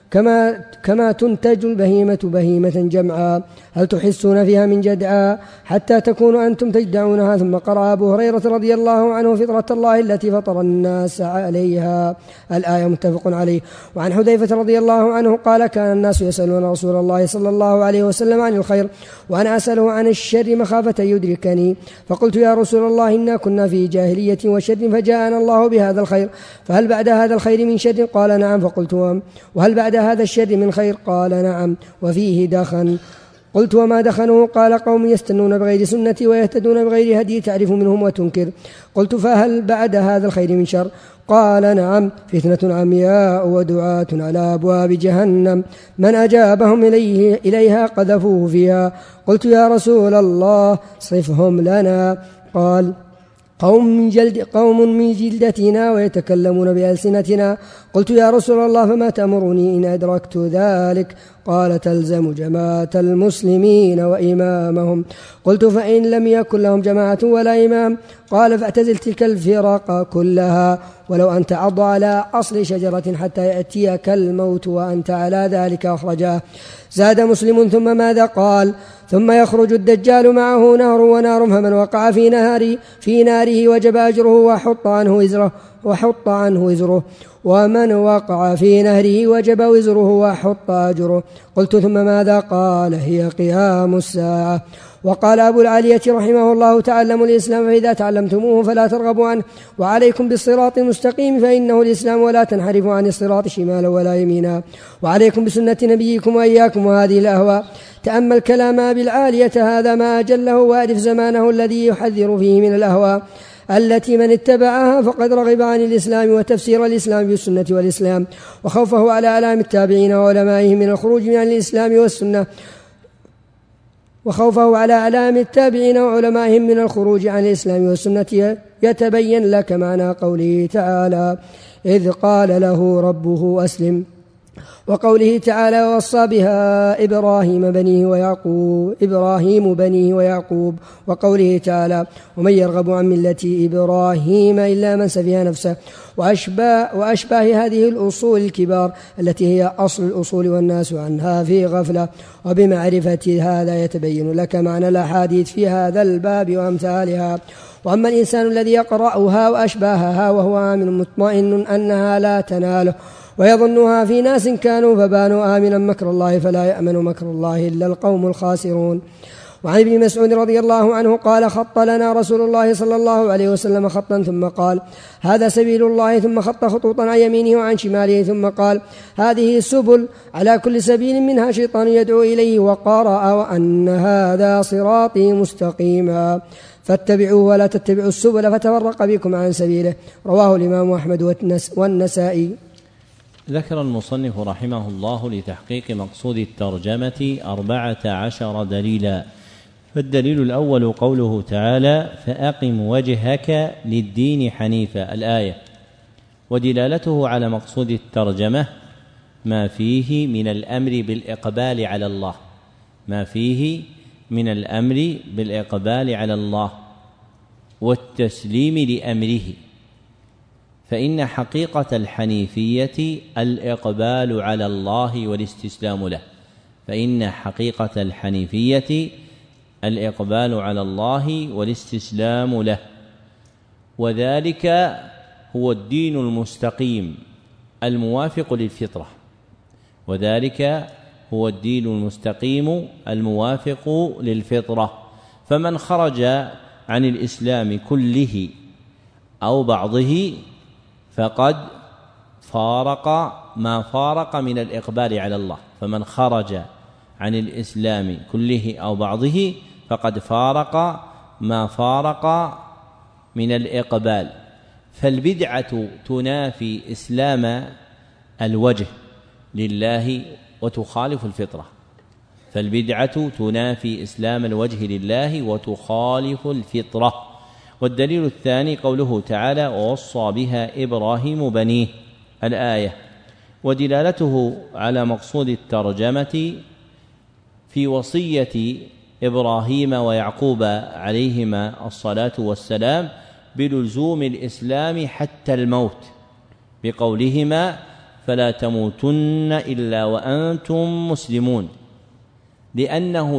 كما تنتج البهيمة بهيمة جمعا، هل تحسون فيها من جدعا حتى تكونوا أنتم تجدعونها. ثم قرأ أبو هريرة رضي الله عنه: فطرة الله التي فطر الناس عليها الآية، متفق عليه. وعن حذيفة رضي الله عنه قال: كان الناس يسألون رسول الله صلى الله عليه وسلم عن الخير وأنا أسأله عن الشر مخافة يدركني، فقلت: يا رسول الله إنا كنا في جاهلية وشر فجاءنا الله بهذا الخير، فهل بعد هذا الخير من شر؟ قال: نعم. فقلت: وهل بعد هذا الشر من خير؟ قال: نعم، وفيه دخن. قلت: وما دخنوا؟ قال: قوم يستنون بغير سنتي ويهتدون بغير هدي تعرف منهم وتنكر. قلت: فهل بعد هذا الخير من شر؟ قال: نعم، فتنة عمياء ودعاة على أبواب جهنم من أجابهم إليها قذفوه فيها. قلت: يا رسول الله صفهم لنا. قال: قوم من جلدتنا ويتكلمون بألسنتنا. قلت: يا رسول الله فما تأمرني إن أدركت ذلك؟ قال: تلزم جماعة المسلمين وإمامهم. قلت: فإن لم يكن لهم جماعة ولا إمام؟ قال: فاعتزل تلك الفرق كلها ولو أن تعض على أصل شجرة حتى يأتيك الموت وأنت على ذلك أخرجاه. زاد مسلم ثم ماذا قال؟ ثم يخرج الدجال معه نهر ونار، فمن وقع في ناره وجب أجره وحط عنه وزره ومن وقع في نهره وجب وزره وحط أجره. قلت ثم ماذا قال؟ هي قيام الساعة. وقال أبو العالية رحمه الله: تعلموا الإسلام فإذا تعلمتموه فلا ترغبوا عنه، وعليكم بالصراط المستقيم فإنه الإسلام، ولا تنحرفوا عن الصراط شمالا ولا يمينا، وعليكم بسنة نبيكم وإياكم وهذه الأهواء. تأمل كلام أبي العالية هذا ما أجله، وأعرف زمانه الذي يحذر فيه من الأهواء التي من اتبعها فقد رغب عن الإسلام وتفسير الإسلام بالسنة والإسلام، وخوفه على أعلام التابعين وعلمائهم من الخروج عن الإسلام والسنة يتبين لك معنى قوله تعالى: إذ قال له ربه أسلم، وقوله تعالى: ووصى بها إبراهيم بنيه ويعقوب، وقوله تعالى: ومن يرغب عن ملة إبراهيم إلا من سفه نفسه، وأشباه هذه الأصول الكبار التي هي أصل الأصول والناس عنها في غفلة. وبمعرفة هذا يتبين لك معنى الأحاديث في هذا الباب وأمثالها. وأما الإنسان الذي يقرأها وأشباهها وهو آمن مطمئن أنها لا تناله ويظنها في ناس كانوا فبانوا آمنا مكر الله، فلا يأمن مكر الله إلا القوم الخاسرون. وعن ابن مسعود رضي الله عنه قال: خط لنا رسول الله صلى الله عليه وسلم خطا ثم قال: هذا سبيل الله، ثم خط خطوطا عن يمينه وعن شماله، ثم قال: هذه سبل، على كل سبيل منها شيطان يدعو إليه، وقرأ: وأن هذا صراطي مستقيما فاتبعوه ولا تتبعوا السبل فتفرق بكم عن سبيله. رواه الإمام أحمد والنسائي. ذكر المصنف رحمه الله لتحقيق مقصود الترجمة 14 دليلا. فالدليل الأول قوله تعالى: فأقم وجهك للدين حنيفا، الآية. ودلالته على مقصود الترجمة ما فيه من الأمر بالإقبال على الله، ما فيه من الأمر بالإقبال على الله والتسليم لأمره، فإن حقيقة الحنيفية الإقبال على الله والاستسلام له، فإن حقيقة الحنيفية الإقبال على الله والاستسلام له، وذلك هو الدين المستقيم الموافق للفطرة، وذلك هو الدين المستقيم الموافق للفطرة. فمن خرج عن الإسلام كله أو بعضه فقد فارق ما فارق من الإقبال على الله، فمن خرج عن الإسلام كله أو بعضه فقد فارق ما فارق من الإقبال. فالبدعة تنافي إسلام الوجه لله وتخالف الفطرة، فالبدعة تنافي إسلام الوجه لله وتخالف الفطرة. والدليل الثاني قوله تعالى: ووصى بها إبراهيم بنيه، الآية. ودلالته على مقصود الترجمة في وصية إبراهيم ويعقوب عليهما الصلاة والسلام بلزوم الإسلام حتى الموت، بقولهما: فلا تموتن إلا وأنتم مسلمون، لأنه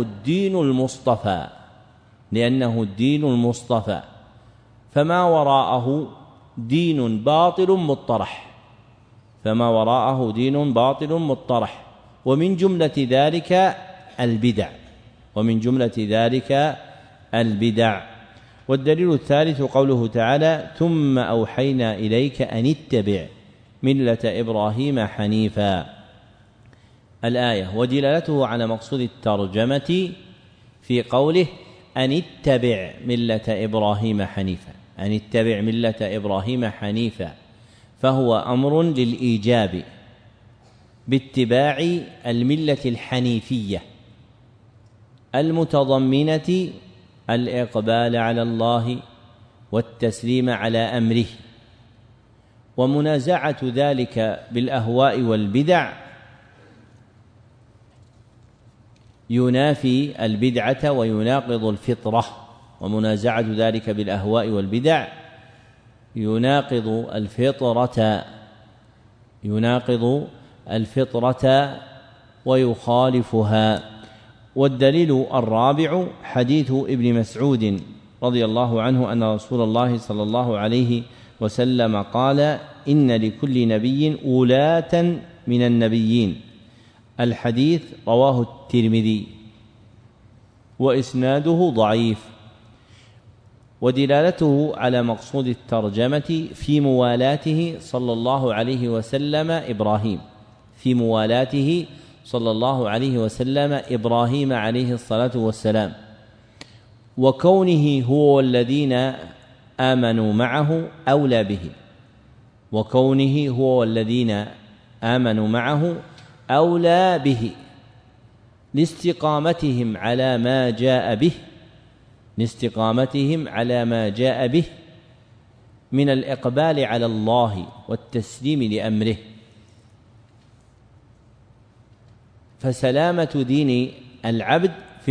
الدين المصطفى، فما وراءه دين باطل مطرح، ومن جملة ذلك البدع. والدليل الثالث قوله تعالى: ثم أوحينا إليك أن اتبع ملة إبراهيم حنيفا، الآية. ودلالته على مقصود الترجمة في قوله: أن اتبع ملة إبراهيم حنيفا، فهو أمر للإيجاب باتباع الملة الحنيفية المتضمنة الإقبال على الله والتسليم على أمره، ومنازعة ذلك بالأهواء والبدع ينافي البدعة ويناقض الفطرة، ومنازعة ذلك بالأهواء والبدع يناقض الفطرة ويخالفها. والدليل الرابع حديث ابن مسعود رضي الله عنه أن رسول الله صلى الله عليه وسلم قال: إن لكل نبي ولاة من النبيين. الحديث رواه الترمذي وإسناده ضعيف. ودلالته على مقصود الترجمة في موالاته صلى الله عليه وسلم إبراهيم عليه الصلاة والسلام، وكونه هو والذين آمنوا معه أولى به لاستقامتهم على ما جاء به من الإقبال على الله والتسليم لأمره. فسلامة دين العبد في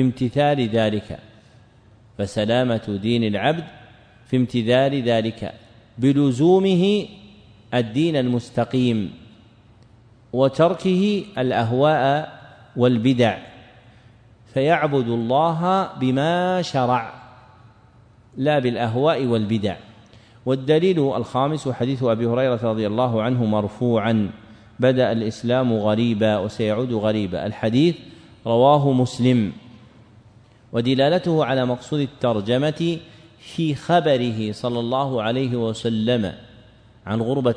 امتثال ذلك بلزومه الدين المستقيم وتركه الأهواء والبدع، فيعبد الله بما شرع لا بالأهواء والبدع. والدليل الخامس حديث أبي هريرة رضي الله عنه مرفوعا: بدأ الإسلام غريبا وسيعود غريبا. الحديث رواه مسلم. ودلالته على مقصود الترجمة في خبره صلى الله عليه وسلم عن غربة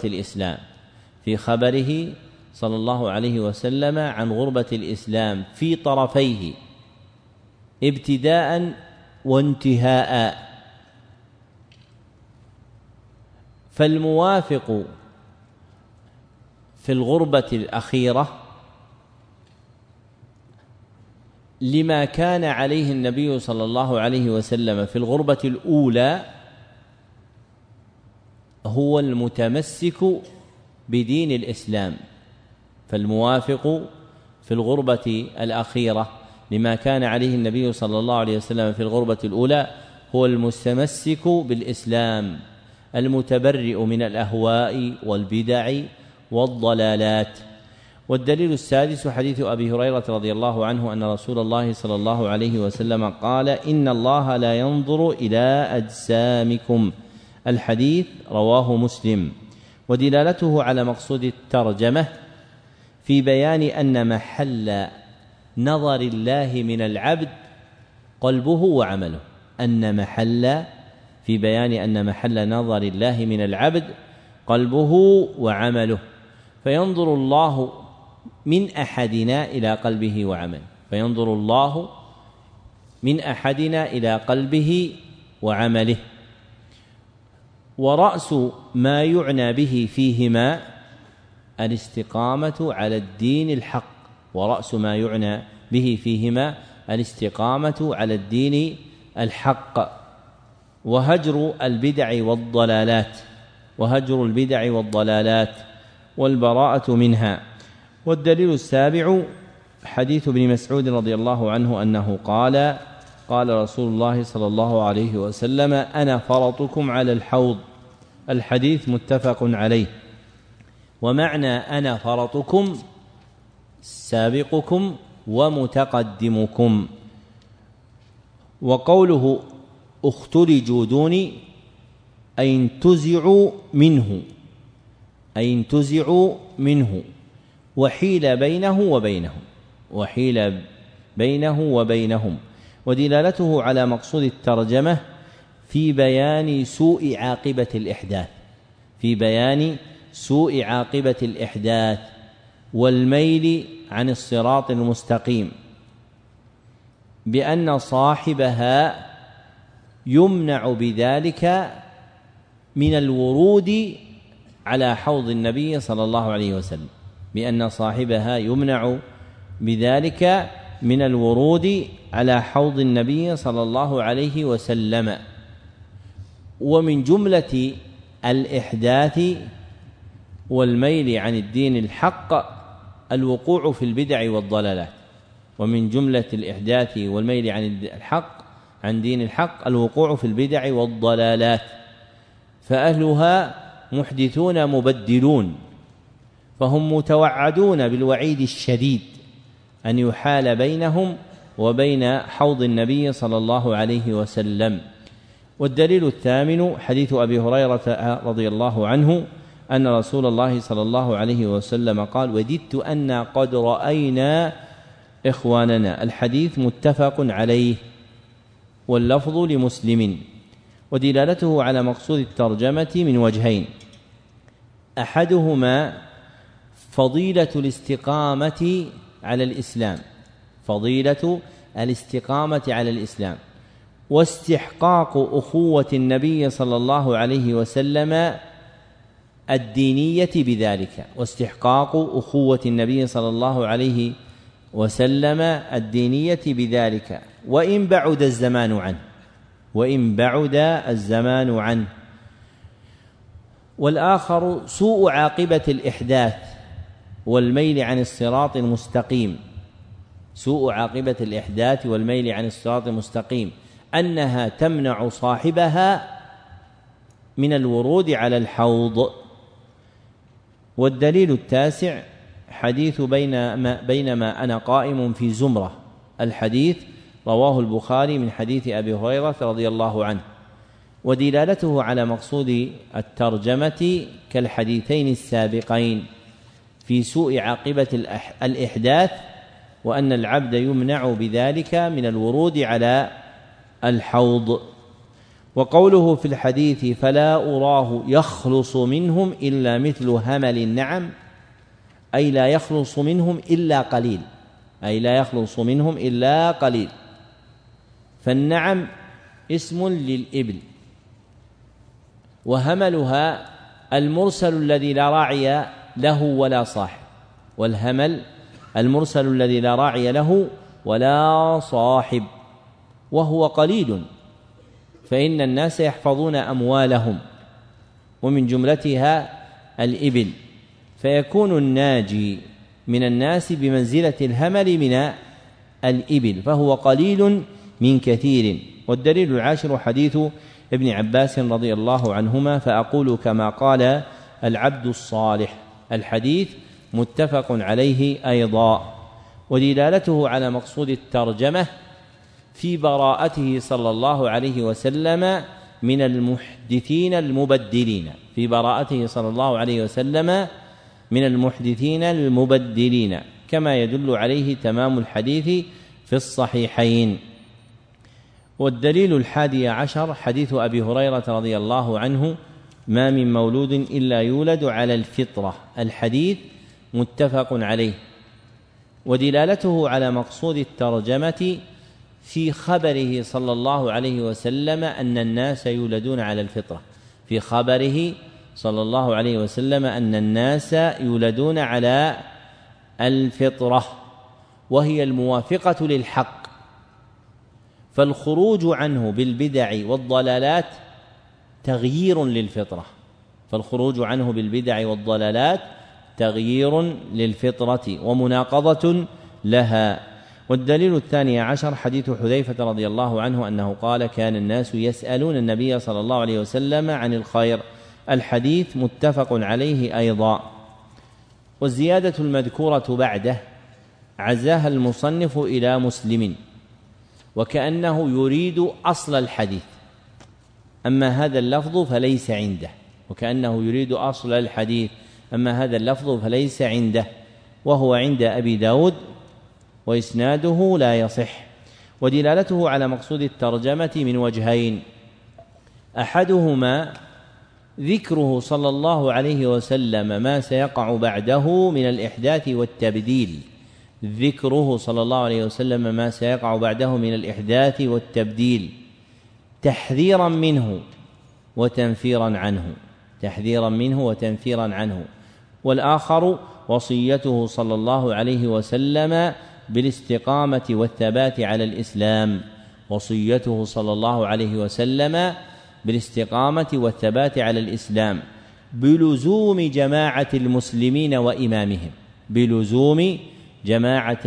الإسلام في طرفيه ابتداء وانتهاء. فالموافق في الغربة الأخيرة لما كان عليه النبي صلى الله عليه وسلم في الغربة الأولى هو المتمسك بدين الإسلام. فالموافق في الغربة الأخيرة لما كان عليه النبي صلى الله عليه وسلم في الغربة الأولى هو المتمسك بالإسلام المتبرئ من الأهواء والبدع والضلالات. والدليل السادس حديث أبي هريرة رضي الله عنه أن رسول الله صلى الله عليه وسلم قال: إن الله لا ينظر إلى أجسامكم. الحديث رواه مسلم. ودلالته على مقصود الترجمة في بيان أن محل نظر الله من العبد قلبه وعمله، في بيان أن محل نظر الله من العبد قلبه وعمله، فينظر الله من أحدنا إلى قلبه وعمله. ورأس ما يعنى به فيهما الاستقامة على الدين الحق وهجر البدع والضلالات والبراءة منها. والدليل السابع حديث ابن مسعود رضي الله عنه أنه قال: قال رسول الله صلى الله عليه وسلم: أنا فرطكم على الحوض. الحديث متفق عليه. ومعنى أنا فرطكم سابقكم ومتقدمكم. وقوله اختلجوا دوني أي انتزعوا منه وحيل بينه وبينهم. ودلالته على مقصود الترجمة في بيان سوء عاقبة الإحداث والميل عن الصراط المستقيم، بأن صاحبها يمنع بذلك من الورود على حوض النبي صلى الله عليه وسلم، ومن جملة الإحداث والميل عن الدين الحق الوقوع في البدع والضلالات. فأهلها محدثون مبدلون، فهم متوعدون بالوعيد الشديد أن يحال بينهم وبين حوض النبي صلى الله عليه وسلم. والدليل الثامن حديث أبي هريرة رضي الله عنه أن رسول الله صلى الله عليه وسلم قال: وددت أن قد رأينا إخواننا. الحديث متفق عليه واللفظ لمسلم. ودلالته على مقصود الترجمة من وجهين: أحدهما فضيلة الاستقامة على الإسلام، فضيلة الاستقامة على الإسلام، واستحقاق أخوة النبي صلى الله عليه وسلم الدينية بذلك، واستحقاق أخوة النبي صلى الله عليه وسلم الدينية بذلك، وإن بعد الزمان عنه، وإن بعد الزمان عنه. والآخر سوء عاقبة الإحداث والميل عن الصراط المستقيم، سوء عاقبة الإحداث والميل عن الصراط المستقيم، أنها تمنع صاحبها من الورود على الحوض. والدليل التاسع حديث بينما أنا قائم في زمرة. الحديث رواه البخاري من حديث أبي هريرة رضي الله عنه. ودلالته على مقصود الترجمة كالحديثين السابقين في سوء عاقبة الإحداث، وأن العبد يمنع بذلك من الورود على الحوض. وقوله في الحديث: فلا أراه يخلص منهم إلا مثل همل النعم، أي لا يخلص منهم إلا قليل، أي لا يخلص منهم إلا قليل. فالنعم اسم للإبل، وهملها المرسل الذي لا راعي له ولا صاحب، والهمل المرسل الذي لا راعي له ولا صاحب، وهو قليل، فإن الناس يحفظون أموالهم ومن جملتها الإبل، فيكون الناجي من الناس بمنزلة الهمل من الإبل، فهو قليل من كثير. والدليل العاشر حديث ابن عباس رضي الله عنهما: فأقول كما قال العبد الصالح. الحديث متفق عليه أيضا. ودلالته على مقصود الترجمة في براءته صلى الله عليه وسلم من المحدثين المبدلين، في براءته صلى الله عليه وسلم من المحدثين المبدلين، كما يدل عليه تمام الحديث في الصحيحين. والدليل 11 حديث أبي هريرة رضي الله عنه: ما من مولود إلا يولد على الفطرة. الحديث متفق عليه. ودلالته على مقصود الترجمة في خبره صلى الله عليه وسلم أن الناس يولدون على الفطرة، في خبره صلى الله عليه وسلم أن الناس يولدون على الفطرة، وهي الموافقة للحق، فالخروج عنه بالبدع والضلالات تغيير للفطرة، فالخروج عنه بالبدع والضلالات تغيير للفطرة ومناقضة لها. والدليل 12 حديث حذيفة رضي الله عنه أنه قال: كان الناس يسألون النبي صلى الله عليه وسلم عن الخير. الحديث متفق عليه أيضا. والزيادة المذكورة بعده عزاها المصنف إلى مسلم، وكأنه يريد أصل الحديث، أما هذا اللفظ فليس عنده، وكأنه يريد أصل الحديث، أما هذا اللفظ فليس عنده، وهو عند أبي داود وإسناده لا يصح. ودلالته على مقصود الترجمة من وجهين: أحدهما ذكره صلى الله عليه وسلم ما سيقع بعده من الإحداث والتبديل، ذكره صلى الله عليه وسلم ما سيقع بعده من الإحداث والتبديل تحذيرا منه وتنفيرا عنه، تحذيرا منه وتنفيرا عنه. والآخر وصيته صلى الله عليه وسلم بالاستقامة والثبات على الإسلام، وصيته صلى الله عليه وسلم بالاستقامة والثبات على الإسلام بلزوم جماعة المسلمين وإمامهم، بلزوم جماعة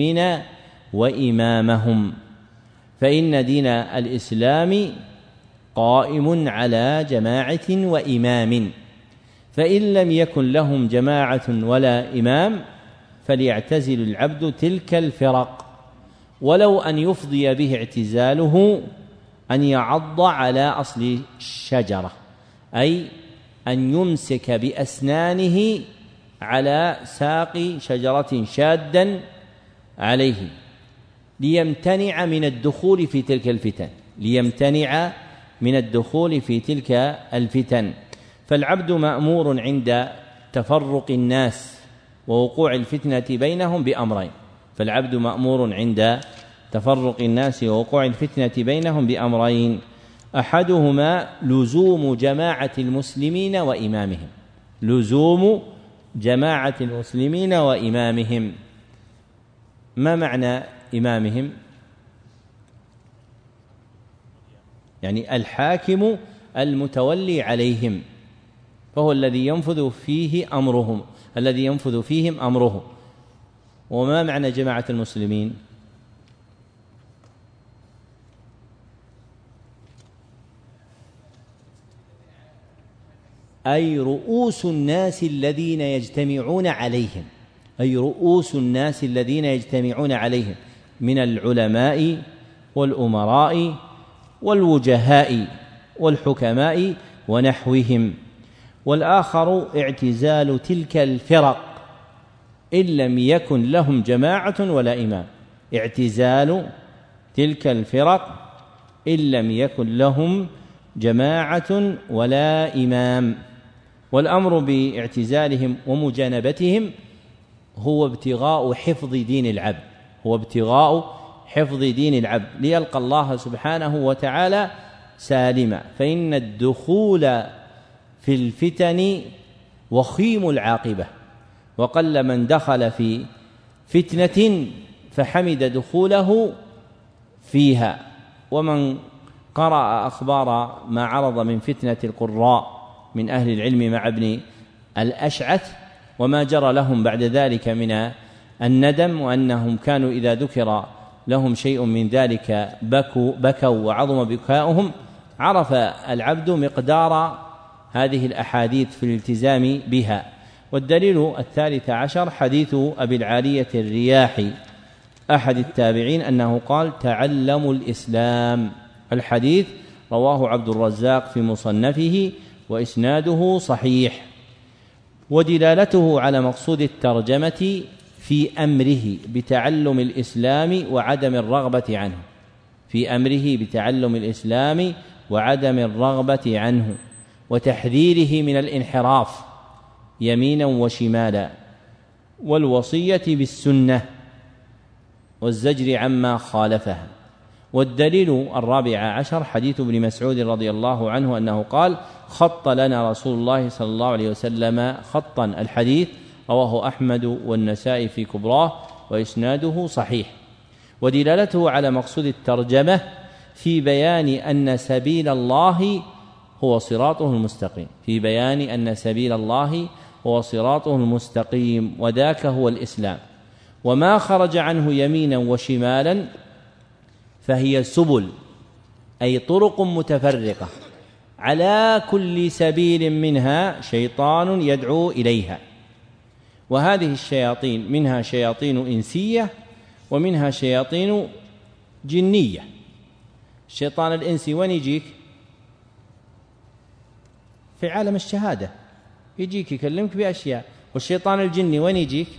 المسلمين وإمامهم، فإن دين الإسلام قائم على جماعة وإمام، فإن لم يكن لهم جماعة ولا إمام فليعتزل العبد تلك الفرق، ولو أن يفضي به اعتزاله أن يعض على أصل الشجرة، أي أن يمسك بأسنانه على ساق شجرة شادا عليه ليمتنع من الدخول في تلك الفتن، ليمتنع من الدخول في تلك الفتن. فالعبد مأمور عند تفرق الناس ووقوع الفتنة بينهم بأمرين، فالعبد مأمور عند تفرق الناس ووقوع الفتنة بينهم بأمرين: أحدهما لزوم جماعة المسلمين وإمامهم، لزوم جماعة المسلمين وإمامهم. ما معنى إمامهم؟ يعني الحاكم المتولي عليهم، فهو الذي ينفذ فيه أمرهم، الذي ينفذ فيهم أمره. وما معنى جماعة المسلمين؟ أي رؤوس الناس الذين يجتمعون عليهم، أي رؤوس الناس الذين يجتمعون عليهم من العلماء والأمراء والوجهاء والحكماء ونحوهم. والآخر اعتزال تلك الفرق إن لم يكن لهم جماعة ولا إمام، اعتزال تلك الفرق إن لم يكن لهم جماعة ولا إمام. والأمر باعتزالهم ومجانبتهم هو ابتغاء حفظ دين العبد، هو ابتغاء حفظ دين العبد ليلقى الله سبحانه وتعالى سالما، فإن الدخول في الفتن وخيم العاقبة، وقل من دخل في فتنة فحمد دخوله فيها. ومن قرأ أخبار ما عرض من فتنة القراء من أهل العلم مع ابن الأشعث وما جرى لهم بعد ذلك من الندم، وأنهم كانوا إذا ذكر لهم شيء من ذلك بكوا وعظم بكاؤهم، عرف العبد مقدار هذه الأحاديث في الالتزام بها. والدليل 13 حديث أبي العالية الرياحي أحد التابعين أنه قال: تعلموا الإسلام. الحديث رواه عبد الرزاق في مصنفه وإسناده صحيح. ودلالته على مقصود الترجمة في أمره بتعلم الإسلام وعدم الرغبة عنه، في أمره بتعلم الإسلام وعدم الرغبة عنه، وتحذيره من الانحراف يمينا وشمالا، والوصية بالسنة والزجر عما خالفها. والدليل 14 حديث ابن مسعود رضي الله عنه أنه قال: خط لنا رسول الله صلى الله عليه وسلم خطا. الحديث رواه أحمد والنسائي في كبراه وإسناده صحيح. ودلالته على مقصود الترجمة في بيان أن سبيل الله هو صراطه المستقيم، في بيان أن سبيل الله هو صراطه المستقيم، وذاك هو الإسلام. وما خرج عنه يمينا وشمالا فهي سبل، أي طرق متفرقة، على كل سبيل منها شيطان يدعو إليها. وهذه الشياطين منها شياطين إنسية ومنها شياطين جنية. الشيطان الإنسي وين يجيك؟ في عالم الشهادة يجيك يكلمك بأشياء. والشيطان الجني وين يجيك؟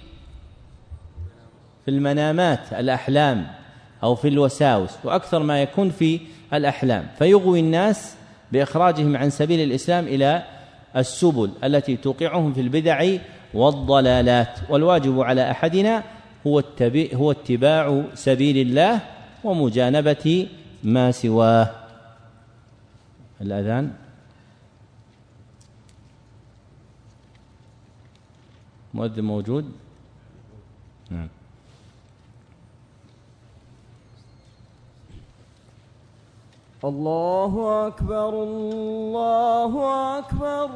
في المنامات، الأحلام، أو في الوساوس، وأكثر ما يكون في الأحلام، فيغوي الناس بإخراجهم عن سبيل الإسلام إلى السبل التي توقعهم في البدع والضلالات. والواجب على أحدنا هو اتباع سبيل الله ومجانبة ما سواه. الأذان مؤذن موجود؟ نعم. الله أكبر الله أكبر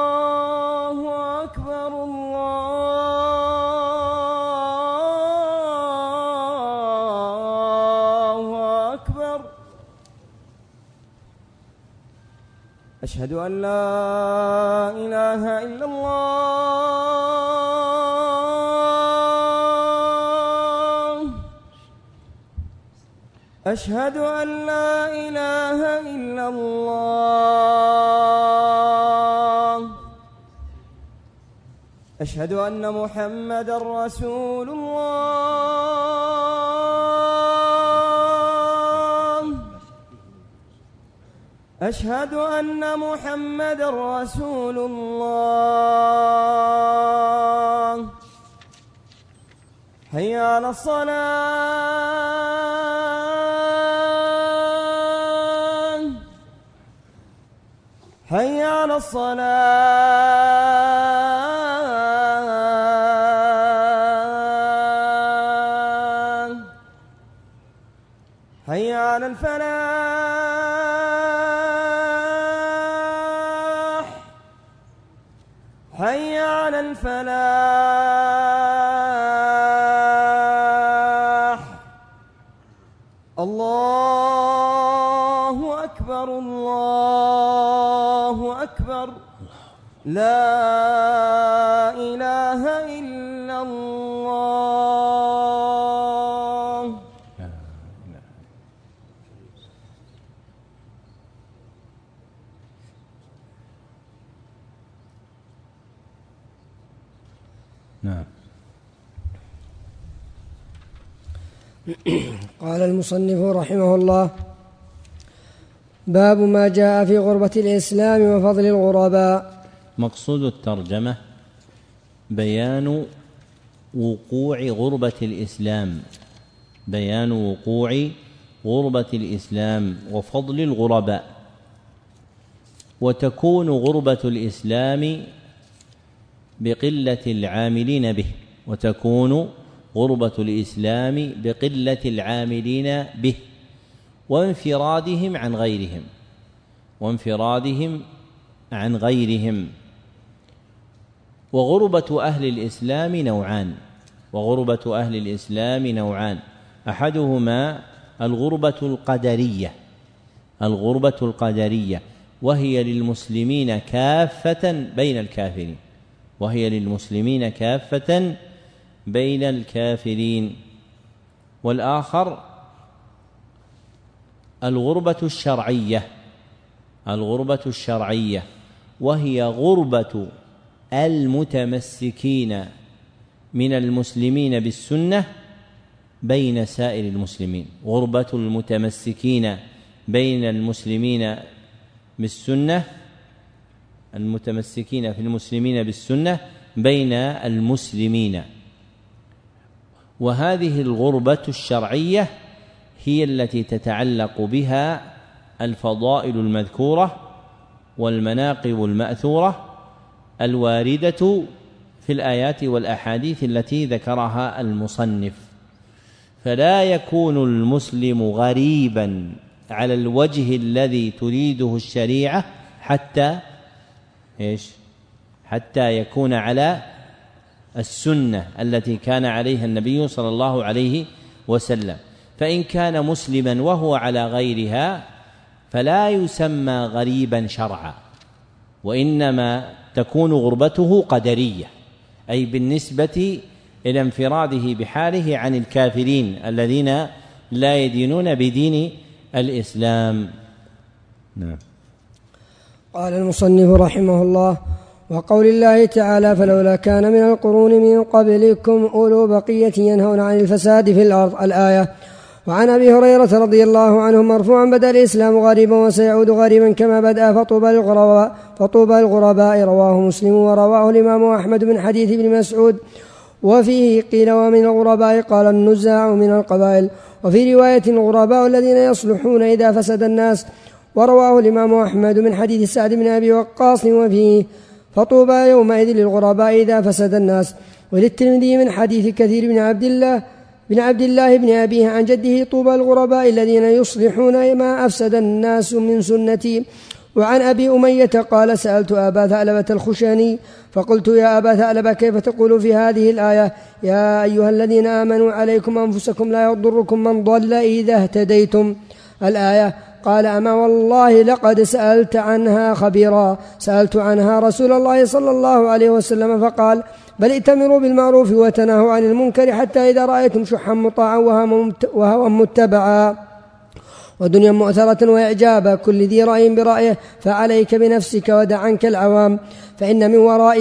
الله أكبر الله أكبر. أشهد أن لا إله إلا الله. أشهد أن لا إله إلا الله. أشهد أن محمدًا رسول الله. أشهد أن محمدًا رسول الله. حي على الصلاة. حي على الصلاة. حي على الفلاح. حي على الفلاح. الله أكبر الله أكبر. لا إله إلا الله. نعم. قال المصنف رحمه الله: باب ما جاء في غربة الإسلام وفضل الغرباء. مقصود الترجمة بيان وقوع غربة الإسلام، بيان وقوع غربة الإسلام وفضل الغرباء. وتكون غربة الإسلام بقلة العاملين به، وتكون غربة الإسلام بقلة العاملين به وانفرادهم عن غيرهم، وانفرادهم عن غيرهم. وغربة أهل الإسلام نوعان، وغربة أهل الإسلام نوعان: أحدهما الغربة القدرية، الغربة القدرية، وهي للمسلمين كافة بين الكافرين، وهي للمسلمين كافة بين الكافرين. والآخر الغربة الشرعية، الغربة الشرعية، وهي غربة المتمسكين من المسلمين بالسنة بين سائر المسلمين، غربة المتمسكين بين المسلمين بالسنة، المتمسكين في المسلمين بالسنة بين المسلمين. وهذه الغربة الشرعية هي التي تتعلق بها الفضائل المذكورة والمناقب المأثورة الواردة في الآيات والأحاديث التي ذكرها المصنف. فلا يكون المسلم غريبا على الوجه الذي تريده الشريعة حتى يكون على السنة التي كان عليها النبي صلى الله عليه وسلم. فإن كان مسلما وهو على غيرها فلا يسمى غريبا شرعا، وإنما تكون غربته قدرية، أي بالنسبة إلى انفراده بحاله عن الكافرين الذين لا يدينون بدين الإسلام. نعم. قال المصنف رحمه الله: وقول الله تعالى: فلولا كان من القرون من قبلكم أولو بقية ينهون عن الفساد في الأرض، الآية. وعن أبي هريرة رضي الله عنه مرفوعا: بدأ الإسلام غريبا وسيعود غريبا كما بدأ فطوبى الغرباء. رواه مسلم ورواه الإمام أحمد من حديث ابن مسعود. وفيه قيل: ومن الغرباء قال النزاع من القبائل. وفي رواية: الغرباء الذين يصلحون إذا فسد الناس. ورواه الإمام أحمد من حديث سعد بن أبي وقاص. وفيه: فطوبى يومئذ للغرباء إذا فسد الناس. وللترمذي من حديث كثير بن عبد الله بن أبيه عن جده: طوبى الغرباء الذين يصلحون ما أفسد الناس من سنتي. وعن أبي أمية قال: سألت أبا ثعلبة الخشني فقلت: يا أبا ثعلبة، كيف تقول في هذه الآية: يا أيها الذين آمنوا عليكم أنفسكم لا يضركم من ضل إذا اهتديتم؟ الآية. قال: أما والله لقد سألت عنها خبيرا، سألت عنها رسول الله صلى الله عليه وسلم فقال: بل ائتمروا بالمعروف وتناهوا عن المنكر حتى إذا رأيتم شحا مطاعا وهوى متبعا ودنيا مؤثرة وإعجاب كل ذي رأي برأيه فعليك بنفسك ودع عنك العوام، فإن من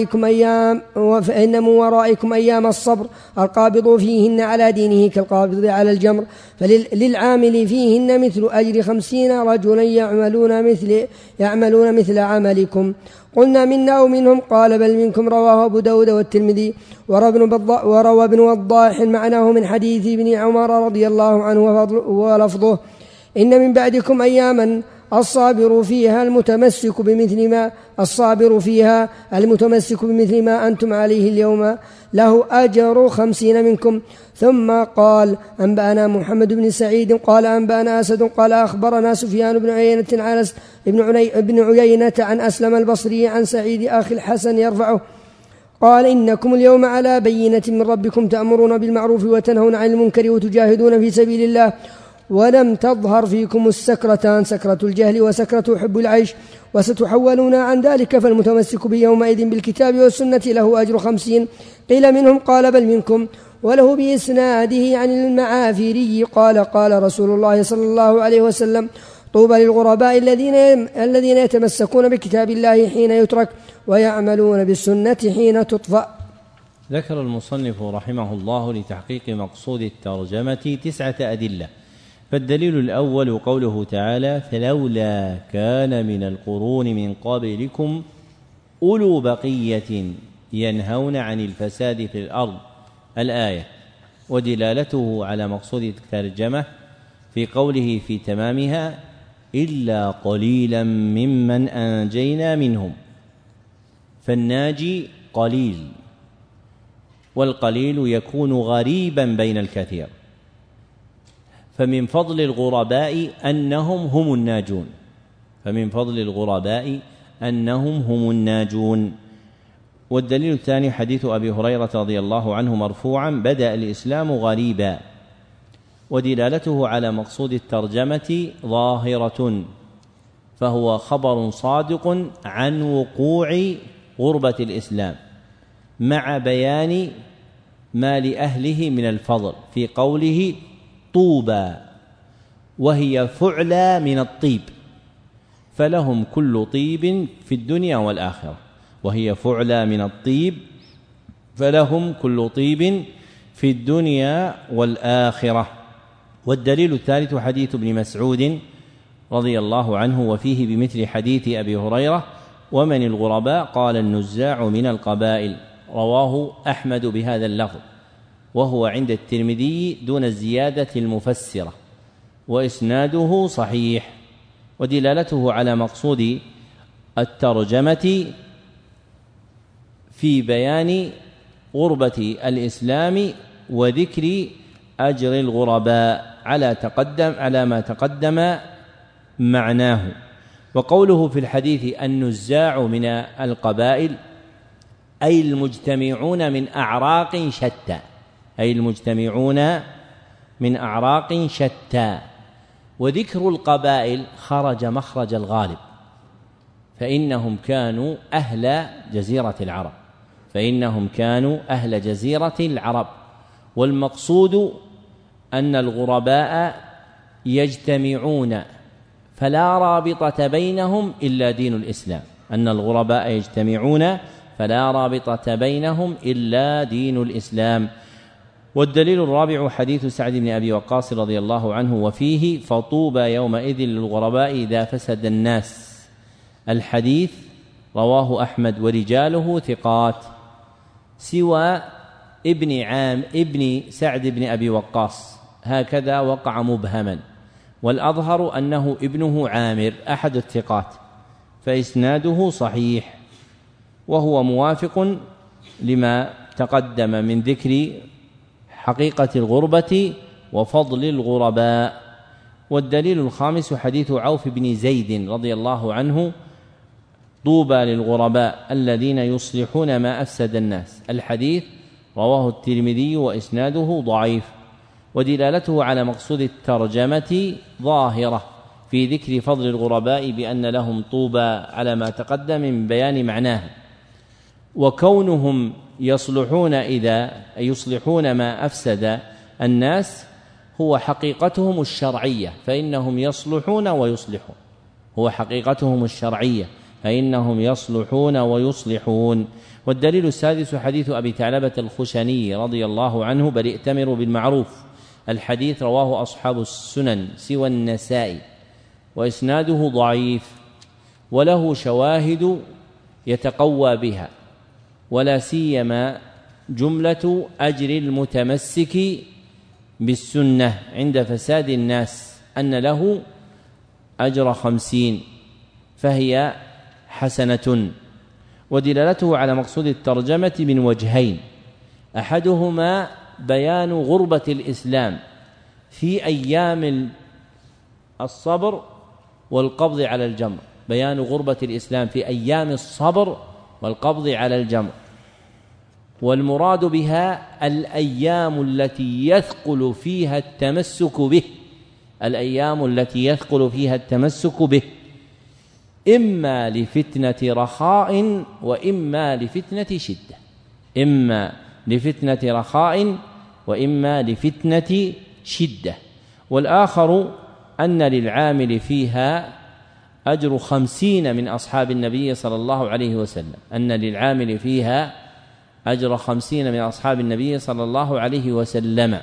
ورائكم أيام الصبر القابض فيهن على دينه كالقابض على الجمر، فللعامل فيهن مثل أجر 50 رجلا يعملون مثل عملكم. قلنا: منا أو منهم؟ قال: بل منكم. رواه أبو داود والترمذي. وروى ابن وضاح معناه من حديث ابن عمر رضي الله عنه ولفظه: إن من بعدكم أياما الصابر فيها المتمسك بمثل ما أنتم عليه اليوم له أجر 50 منكم. ثم قال: أنبأنا محمد بن سعيد قال أنبأنا أسد قال أخبرنا سفيان بن عيينة عن أسلم البصري عن سعيد أخي الحسن يرفعه قال: إنكم اليوم على بينة من ربكم تأمرون بالمعروف وتنهون عن المنكر وتجاهدون في سبيل الله، ولم تظهر فيكم السكرتان، سكرة الجهل وسكرة حب العيش، وستحولون عن ذلك، فالمتمسك بيومئذ بالكتاب والسنة له أجر 50. قيل: منهم؟ قال: بل منكم. وله بإسناده عن المعافري قال: قال رسول الله صلى الله عليه وسلم: طوبى للغرباء الذين يتمسكون بكتاب الله حين يترك ويعملون بالسنة حين تطفأ. ذكر المصنف رحمه الله لتحقيق مقصود الترجمة 9 أدلة. فالدليل الأول قوله تعالى: فلولا كان من القرون من قبلكم أولو بقية ينهون عن الفساد في الأرض، الآية. ودلالته على مقصود الترجمة في قوله في تمامها: إلا قليلا ممن أنجينا منهم. فالناجي قليل، والقليل يكون غريبا بين الكثير، فمن فضل الغرباء أنهم هم الناجون. والدليل الثاني حديث أبي هريرة رضي الله عنه مرفوعا: بدأ الإسلام غريبا. ودلالته على مقصود الترجمة ظاهرة، فهو خبر صادق عن وقوع غربة الإسلام مع بيان ما لأهله من الفضل في قوله: طوبى، وهي فعلى من الطيب، فلهم كل طيب في الدنيا والآخرة، وهي فعلى من الطيب فلهم كل طيب في الدنيا والآخرة. والدليل الثالث حديث ابن مسعود رضي الله عنه وفيه بمثل حديث أبي هريرة: ومن الغرباء؟ قال: النزاع من القبائل. رواه أحمد بهذا اللفظ، وهو عند الترمذي دون الزيادة المفسرة، وإسناده صحيح. ودلالته على مقصود الترجمة في بيان غربة الإسلام وذكر أجر الغرباء على ما تقدم معناه. وقوله في الحديث: النزاع من القبائل، أي المجتمعون من أعراق شتى. وذكر القبائل خرج مخرج الغالب، فإنهم كانوا أهل جزيرة العرب، والمقصود أن الغرباء يجتمعون فلا رابطة بينهم إلا دين الإسلام. والدليل الرابع حديث سعد بن أبي وقاص رضي الله عنه وفيه: فطوبى يومئذ للغرباء إذا فسد الناس. الحديث رواه أحمد ورجاله ثقات، سوى ابن سعد بن أبي وقاص، هكذا وقع مبهما، والأظهر أنه ابنه عامر أحد الثقات، فإسناده صحيح، وهو موافق لما تقدم من ذكر حقيقة الغربة وفضل الغرباء. والدليل الخامس حديث عوف بن زيد رضي الله عنه: طوبى للغرباء الذين يصلحون ما أفسد الناس. الحديث رواه الترمذي وإسناده ضعيف. ودلالته على مقصود الترجمة ظاهرة في ذكر فضل الغرباء بأن لهم طوبى على ما تقدم من بيان معناه، وكونهم يصلحون ما أفسد الناس هو حقيقتهم الشرعية فإنهم يصلحون ويصلحون، هو حقيقتهم الشرعية فإنهم يصلحون ويصلحون. والدليل السادس حديث أبي ثعلبة الخشني رضي الله عنه: بل ائتمروا بالمعروف. الحديث رواه أصحاب السنن سوى النسائي، وإسناده ضعيف وله شواهد يتقوى بها، ولا سيما جملة أجر المتمسك بالسنة عند فساد الناس أن له أجر 50 فهي حسنة. ودلالته على مقصود الترجمة من وجهين: أحدهما بيان غربة الإسلام في أيام الصبر والقبض على الجمر، بيان غربة الإسلام في أيام الصبر والقبض على الجمر، والمراد بها الأيام التي يثقل فيها التمسك به، الأيام التي يثقل فيها التمسك به، إما لفتنة رخاء وإما لفتنة شدة، إما لفتنة رخاء وإما لفتنة شدة. والآخر أن للعامل فيها أجر 50 من أصحاب النبي صلى الله عليه وسلم، أن للعامل فيها أجر 50 من أصحاب النبي صلى الله عليه وسلم.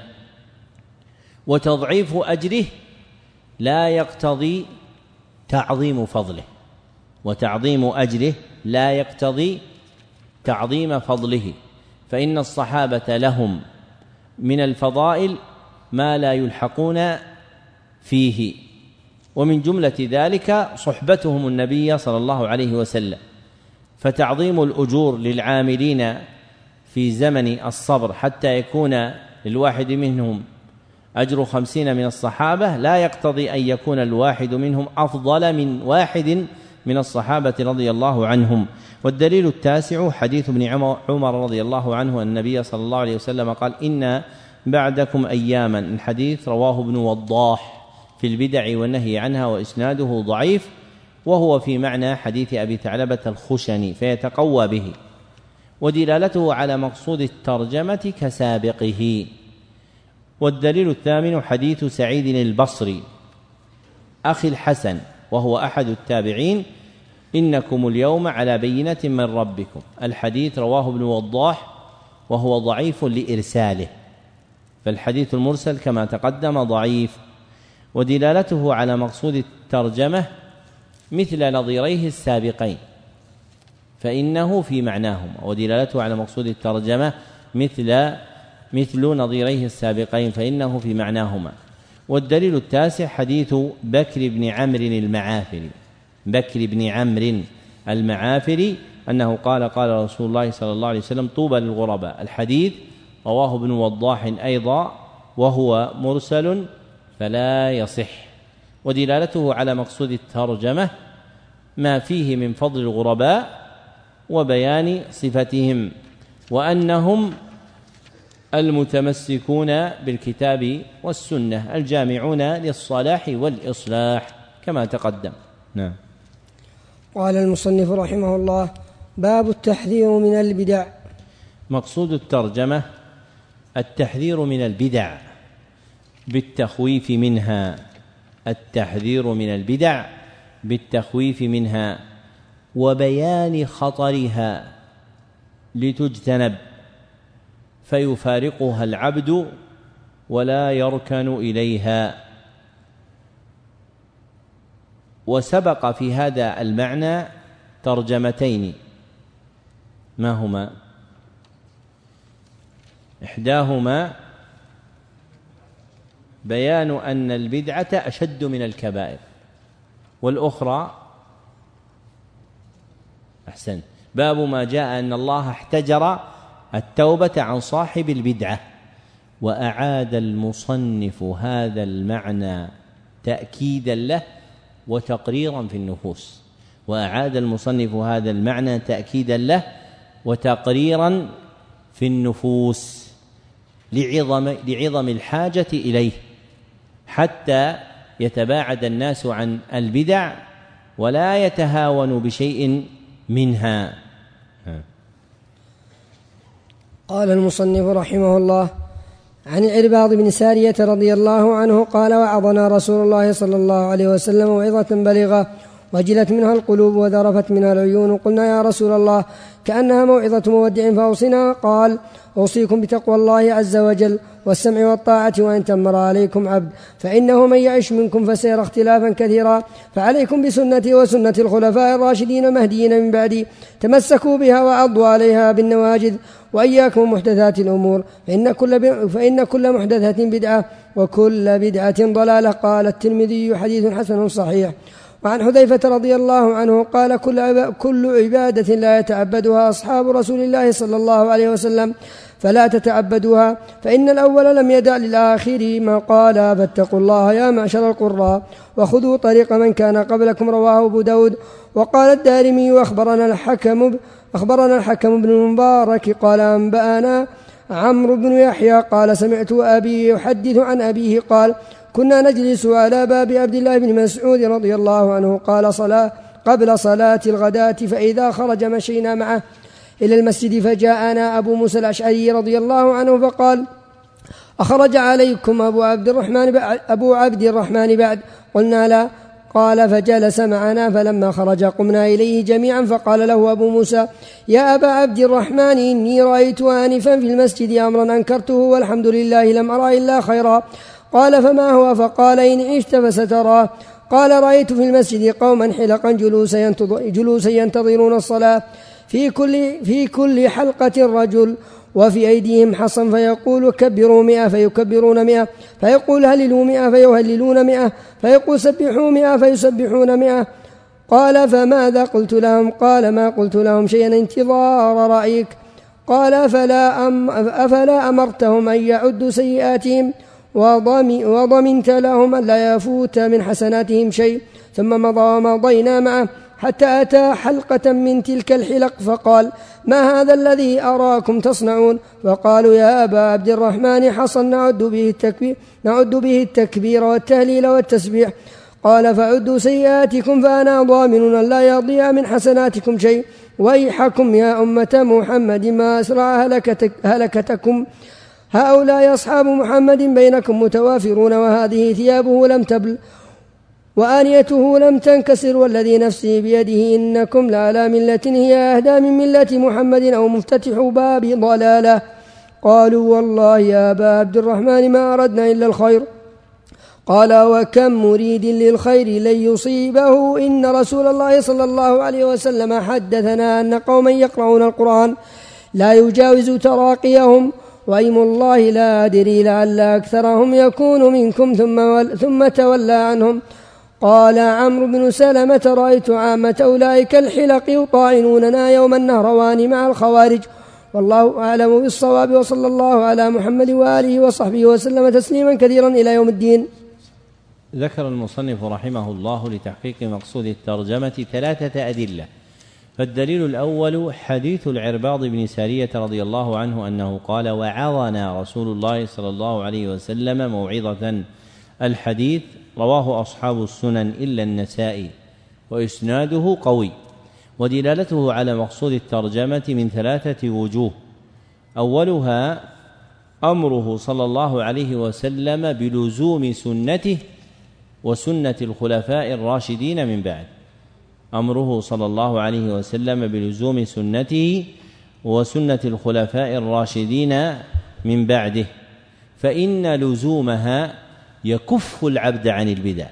وتضعيف أجره لا يقتضي تعظيم فضله، وتعظيم أجره لا يقتضي تعظيم فضله، فإن الصحابة لهم من الفضائل ما لا يلحقون فيه، ومن جملة ذلك صحبتهم النبي صلى الله عليه وسلم، فتعظيم الأجور للعاملين في زمن الصبر حتى يكون للواحد منهم أجر 50 من الصحابة لا يقتضي أن يكون الواحد منهم أفضل من واحد من الصحابة رضي الله عنهم. والدليل التاسع حديث ابن عمر رضي الله عنه أن النبي صلى الله عليه وسلم قال: إن بعدكم أياما. الحديث رواه ابن وضاح في البدع والنهي عنها، وإسناده ضعيف، وهو في معنى حديث أبي ثعلبة الخشني فيتقوى به. ودلالته على مقصود الترجمة كسابقه. والدليل الثامن حديث سعيد البصري أخي الحسن وهو أحد التابعين: إنكم اليوم على بينة من ربكم. الحديث رواه ابن وضاح وهو ضعيف لإرساله، فالحديث المرسل كما تقدم ضعيف. ودلالته على مقصود الترجمة مثل نظيريه السابقين فإنه في معناهما، ودلالته على مقصود الترجمة مثل نظيريه السابقين فإنه في معناهما. والدليل التاسع حديث بكر بن عمرو المعافري أنه قال: قال رسول الله صلى الله عليه وسلم: طوبى للغرباء. الحديث رواه ابن وضاح أيضا وهو مرسل فلا يصح. ودلالته على مقصود الترجمة ما فيه من فضل الغرباء وبيان صفتهم، وأنهم المتمسكون بالكتاب والسنة الجامعون للصلاح والإصلاح كما تقدم. نعم. قال المصنف رحمه الله: باب التحذير من البدع. مقصود الترجمة التحذير من البدع بالتخويف منها، التحذير من البدع بالتخويف منها وبيان خطرها لتجتنب، فيفارقها العبد ولا يركن إليها. وسبق في هذا المعنى ترجمتين، ما هما؟ إحداهما بيان أن البدعة أشد من الكبائر، والأخرى أحسن باب ما جاء أن الله احتجر التوبة عن صاحب البدعة. وأعاد المصنف هذا المعنى تأكيدا له وتقريرا في النفوس، وأعاد المصنف هذا المعنى تأكيدا له وتقريرا في النفوس. لعظم الحاجة إليه، حتى يتباعد الناس عن البدع ولا يتهاون بشيء منها. قال المصنف رحمه الله: عن العرباض بن سارية رضي الله عنه قال: وعظنا رسول الله صلى الله عليه وسلم موعظة بليغة وجلت منها القلوب وذرفت منها العيون. قلنا: يا رسول الله، كأنها موعظة مودع فأوصنا. قال: أوصيكم بتقوى الله عز وجل والسمع والطاعة وإن تمر عليكم عبد، فإنه من يعش منكم فسيرى اختلافا كثيرا، فعليكم بسنتي وسنة الخلفاء الراشدين المهديين من بعدي، تمسكوا بها وعضوا عليها بالنواجذ، وإياكم محدثات الأمور، فإن كل محدثة بدعة وكل بدعة ضلالة. قال الترمذي: حديث حسن صحيح. وعن حذيفة رضي الله عنه قال: كل عبادة لا يتعبدها أصحاب رسول الله صلى الله عليه وسلم فلا تتعبدوها، فإن الأول لم يدع للآخر ما قال: فاتقوا الله يا معشر القراء وخذوا طريق من كان قبلكم. رواه أبو داود. وقال الدارمي: أخبرنا الحكم بن المبارك قال: أنبأنا عمرو بن يحيى قال: سمعت أبي يحدث عن أبيه قال: كنا نجلس على باب عبد الله بن مسعود رضي الله عنه قال: قبل صلاة الغداة، فإذا خرج مشينا معه إلى المسجد، فجاءنا أبو موسى الأشعري رضي الله عنه فقال: أخرج عليكم أبو عبد الرحمن بعد؟ قلنا: لا. قال: فجلس معنا، فلما خرج قمنا إليه جميعا، فقال له أبو موسى: يا أبا عبد الرحمن، إني رأيت آنفا في المسجد أمرا أنكرته والحمد لله لم أرى إلا خيرا. قال: فما هو؟ فقال: إن عشت فستراه. قال: رأيت في المسجد قوما حلقا جلوسا ينتظرون الصلاة، في كل حلقة رجل، وفي أيديهم حصن، فيقول: كبروا 100 فيكبرون 100، فيقول: هللوا 100 فيهللون 100، فيقول: سبحوا 100 فيسبحون 100. قال: فماذا قلت لهم؟ قال: ما قلت لهم شيئا انتظار رأيك. قال: أفلا أمرتهم أن يعدوا سيئاتهم وضمنت لهم أن لا يفوت من حسناتهم شيء؟ ثم مضى ومضينا معه حتى أتى حلقة من تلك الحلق، فقال: ما هذا الذي أراكم تصنعون؟ فقالوا: يا أبا عبد الرحمن، حصن نعد به التكبير والتهليل والتسبيح. قال: فعدوا سيئاتكم فأنا ضامن أن لا يضيع من حسناتكم شيء. ويحكم يا أمة محمد ما أسرع هلكتكم، هؤلاء أصحاب محمد بينكم متوافرون، وهذه ثيابه لم تبل وآنيته لم تنكسر، والذي نفسي بيده إنكم لعلى ملة هي أهدى من ملة محمد أو مفتتح باب ضلالة. قالوا: والله يا أبا عبد الرحمن ما أردنا إلا الخير. قال: وكم مريد للخير لن يصيبه، إن رسول الله صلى الله عليه وسلم حدثنا أن قوما يقرؤون القرآن لا يجاوز تراقيهم، وأيم الله لا أدري لعل أكثرهم يكون منكم، ثم تولى عنهم. قال عمرو بن سلمة: رأيت عامة أولئك الحلق يطاعنوننا يوم النهروان مع الخوارج، والله أعلم بالصواب، وصلى الله على محمد وآله وصحبه وسلم تسليما كثيرا إلى يوم الدين. ذكر المصنف رحمه الله لتحقيق مقصود الترجمة 3 أدلة. فالدليل الأول حديث العرباض بن سارية رضي الله عنه أنه قال: وعظنا رسول الله صلى الله عليه وسلم موعظة. الحديث رواه أصحاب السنن إلا النسائي، وإسناده قوي، ودلالته على مقصود الترجمة من 3 وجوه. أولها أمره صلى الله عليه وسلم بلزوم سنته وسنة الخلفاء الراشدين من بعد. أمره صلى الله عليه وسلم بلزوم سنته وسنة الخلفاء الراشدين من بعده، فإن لزومها يكف العبد عن البدع،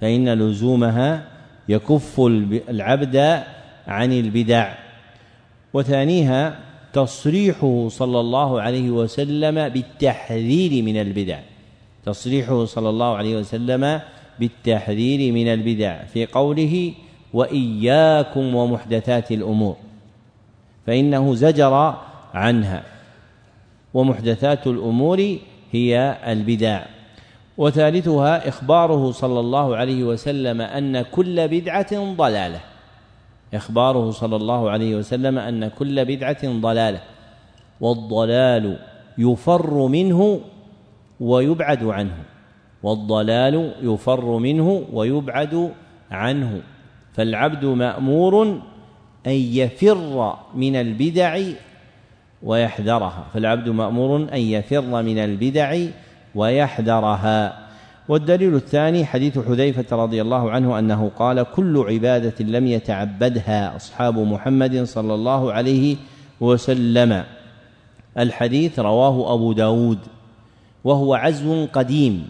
عن البدع. وثانيها تصريحه صلى الله عليه وسلم بالتحذير من البدع في قوله: وإياكم ومحدثات الأمور، فإنه زجر عنها، ومحدثات الأمور هي البدع. وثالثها إخباره صلى الله عليه وسلم أن كل بدعة ضلالة، والضلال يفر منه ويبعد عنه، والضلال يفر منه ويبعد عنه. فالعبد مأمور أن يفر من البدع ويحذرها، فالعبد مأمور أن يفر من البدع ويحذرها. والدليل الثاني حديث حذيفة رضي الله عنه أنه قال: كل عبادة لم يتعبدها أصحاب محمد صلى الله عليه وسلم. الحديث رواه أبو داود، وهو عزو قديم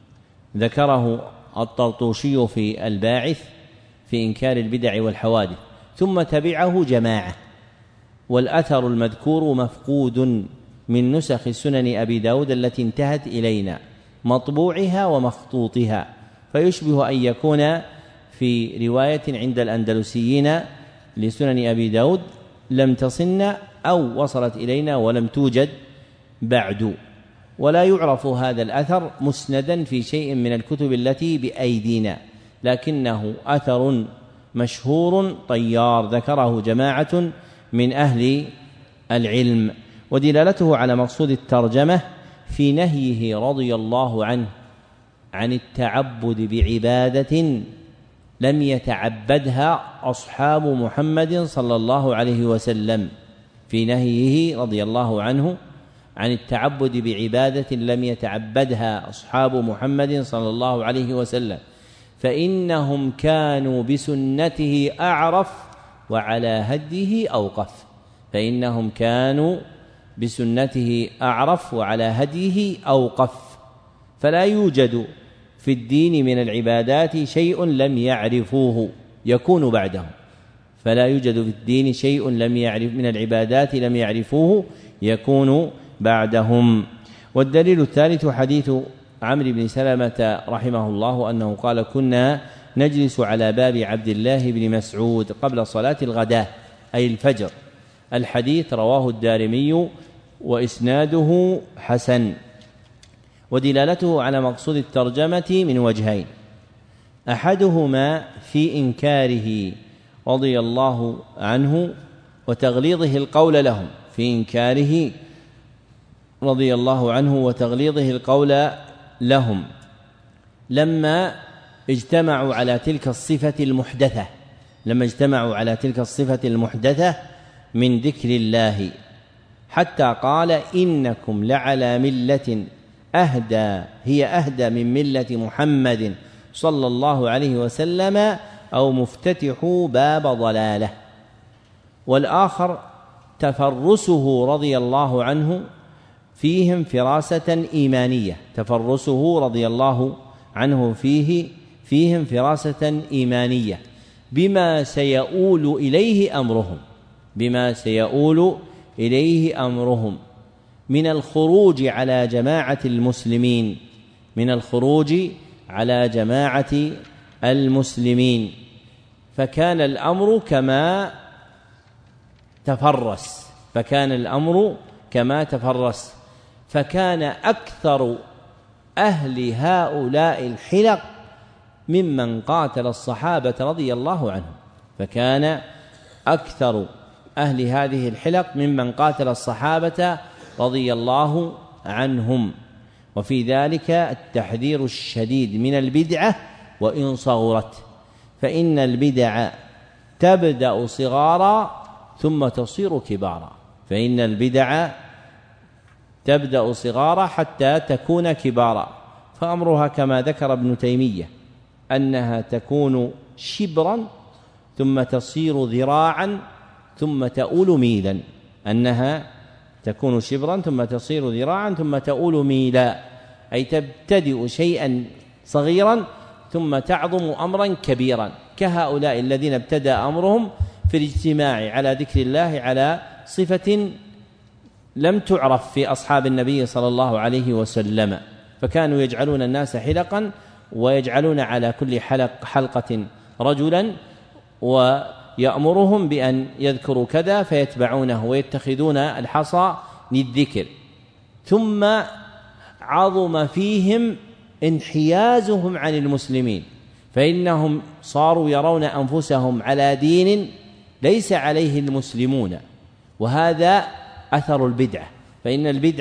ذكره الطرطوشي في الباعث في إنكار البدع والحوادث، ثم تبعه جماعة. والأثر المذكور مفقود من نسخ سنن أبي داود التي انتهت إلينا، مطبوعها ومخطوطها، فيشبه أن يكون في رواية عند الأندلسيين لسنن أبي داود لم تصلنا أو وصلت إلينا ولم توجد بعد. ولا يعرف هذا الأثر مسندا في شيء من الكتب التي بأيدينا، لكنه أثر مشهور طيار ذكره جماعة من أهل العلم. ودلالته على مقصود الترجمة في نهيه رضي الله عنه عن التعبد بعبادة لم يتعبدها أصحاب محمد صلى الله عليه وسلم، في نهيه رضي الله عنه عن التعبد بعبادة لم يتعبدها أصحاب محمد صلى الله عليه وسلم، فإنهم كانوا بسنته أعرف وعلى هديه أوقف. فإنهم كانوا بسنته أعرف وعلى هديه أوقف. فلا يوجد في الدين من العبادات شيء لم يعرفوه يكون بعدهم، فلا يوجد في الدين شيء لم يعرف من العبادات لم يعرفوه يكون بعدهم. والدليل الثالث حديث عمرو بن سلمة رحمه الله أنه قال: كنا نجلس على باب عبد الله بن مسعود قبل صلاة الغداء أي الفجر. الحديث رواه الدارمي وإسناده حسن. ودلالته على مقصود الترجمة من وجهين: أحدهما في إنكاره رضي الله عنه وتغليظه القول لهم، في إنكاره رضي الله عنه وتغليظه القول لهم لما اجتمعوا على تلك الصفة المحدثة، لما اجتمعوا على تلك الصفة المحدثة من ذكر الله، حتى قال: إنكم لعلى ملة أهدى، هي أهدى من ملة محمد صلى الله عليه وسلم، أو مفتتح باب ضلاله. والآخر تفرسه رضي الله عنه فيهم فراسة إيمانية، تفرسه رضي الله عنه فيهم فراسة إيمانية بما سيؤول إليه أمرهم، بما سيؤول إليه أمرهم من الخروج على جماعة المسلمين، من الخروج على جماعة المسلمين. فكان الأمر كما تفرس، فكان الأمر كما تفرس، فكان أكثر أهل هؤلاء الحلق ممن قاتل الصحابة رضي الله عنهم، فكان أكثر أهل هذه الحلق ممن قاتل الصحابة رضي الله عنهم. وفي ذلك التحذير الشديد من البدعة وإن صغرت، فإن البدع تبدأ صغارا ثم تصير كبارا، فإن البدع تبدأ صغارا حتى تكون كبارا. فأمرها كما ذكر ابن تيمية أنها تكون شبرا ثم تصير ذراعا ثم تؤول ميلا، أنها تكون شبرا ثم تصير ذراعا ثم تؤول ميلا، أي تبتدئ شيئا صغيرا ثم تعظم أمرا كبيرا، كهؤلاء الذين ابتدأ أمرهم في الاجتماع على ذكر الله على صفة لم تعرف في أصحاب النبي صلى الله عليه وسلم، فكانوا يجعلون الناس حلقا ويجعلون على كل حلقة رجلا ويأمرهم بأن يذكروا كذا فيتبعونه ويتخذون الحصى للذكر. ثم عظم فيهم انحيازهم عن المسلمين، فإنهم صاروا يرون أنفسهم على دين ليس عليه المسلمون، وهذا أثر البدعة. فإن البدعة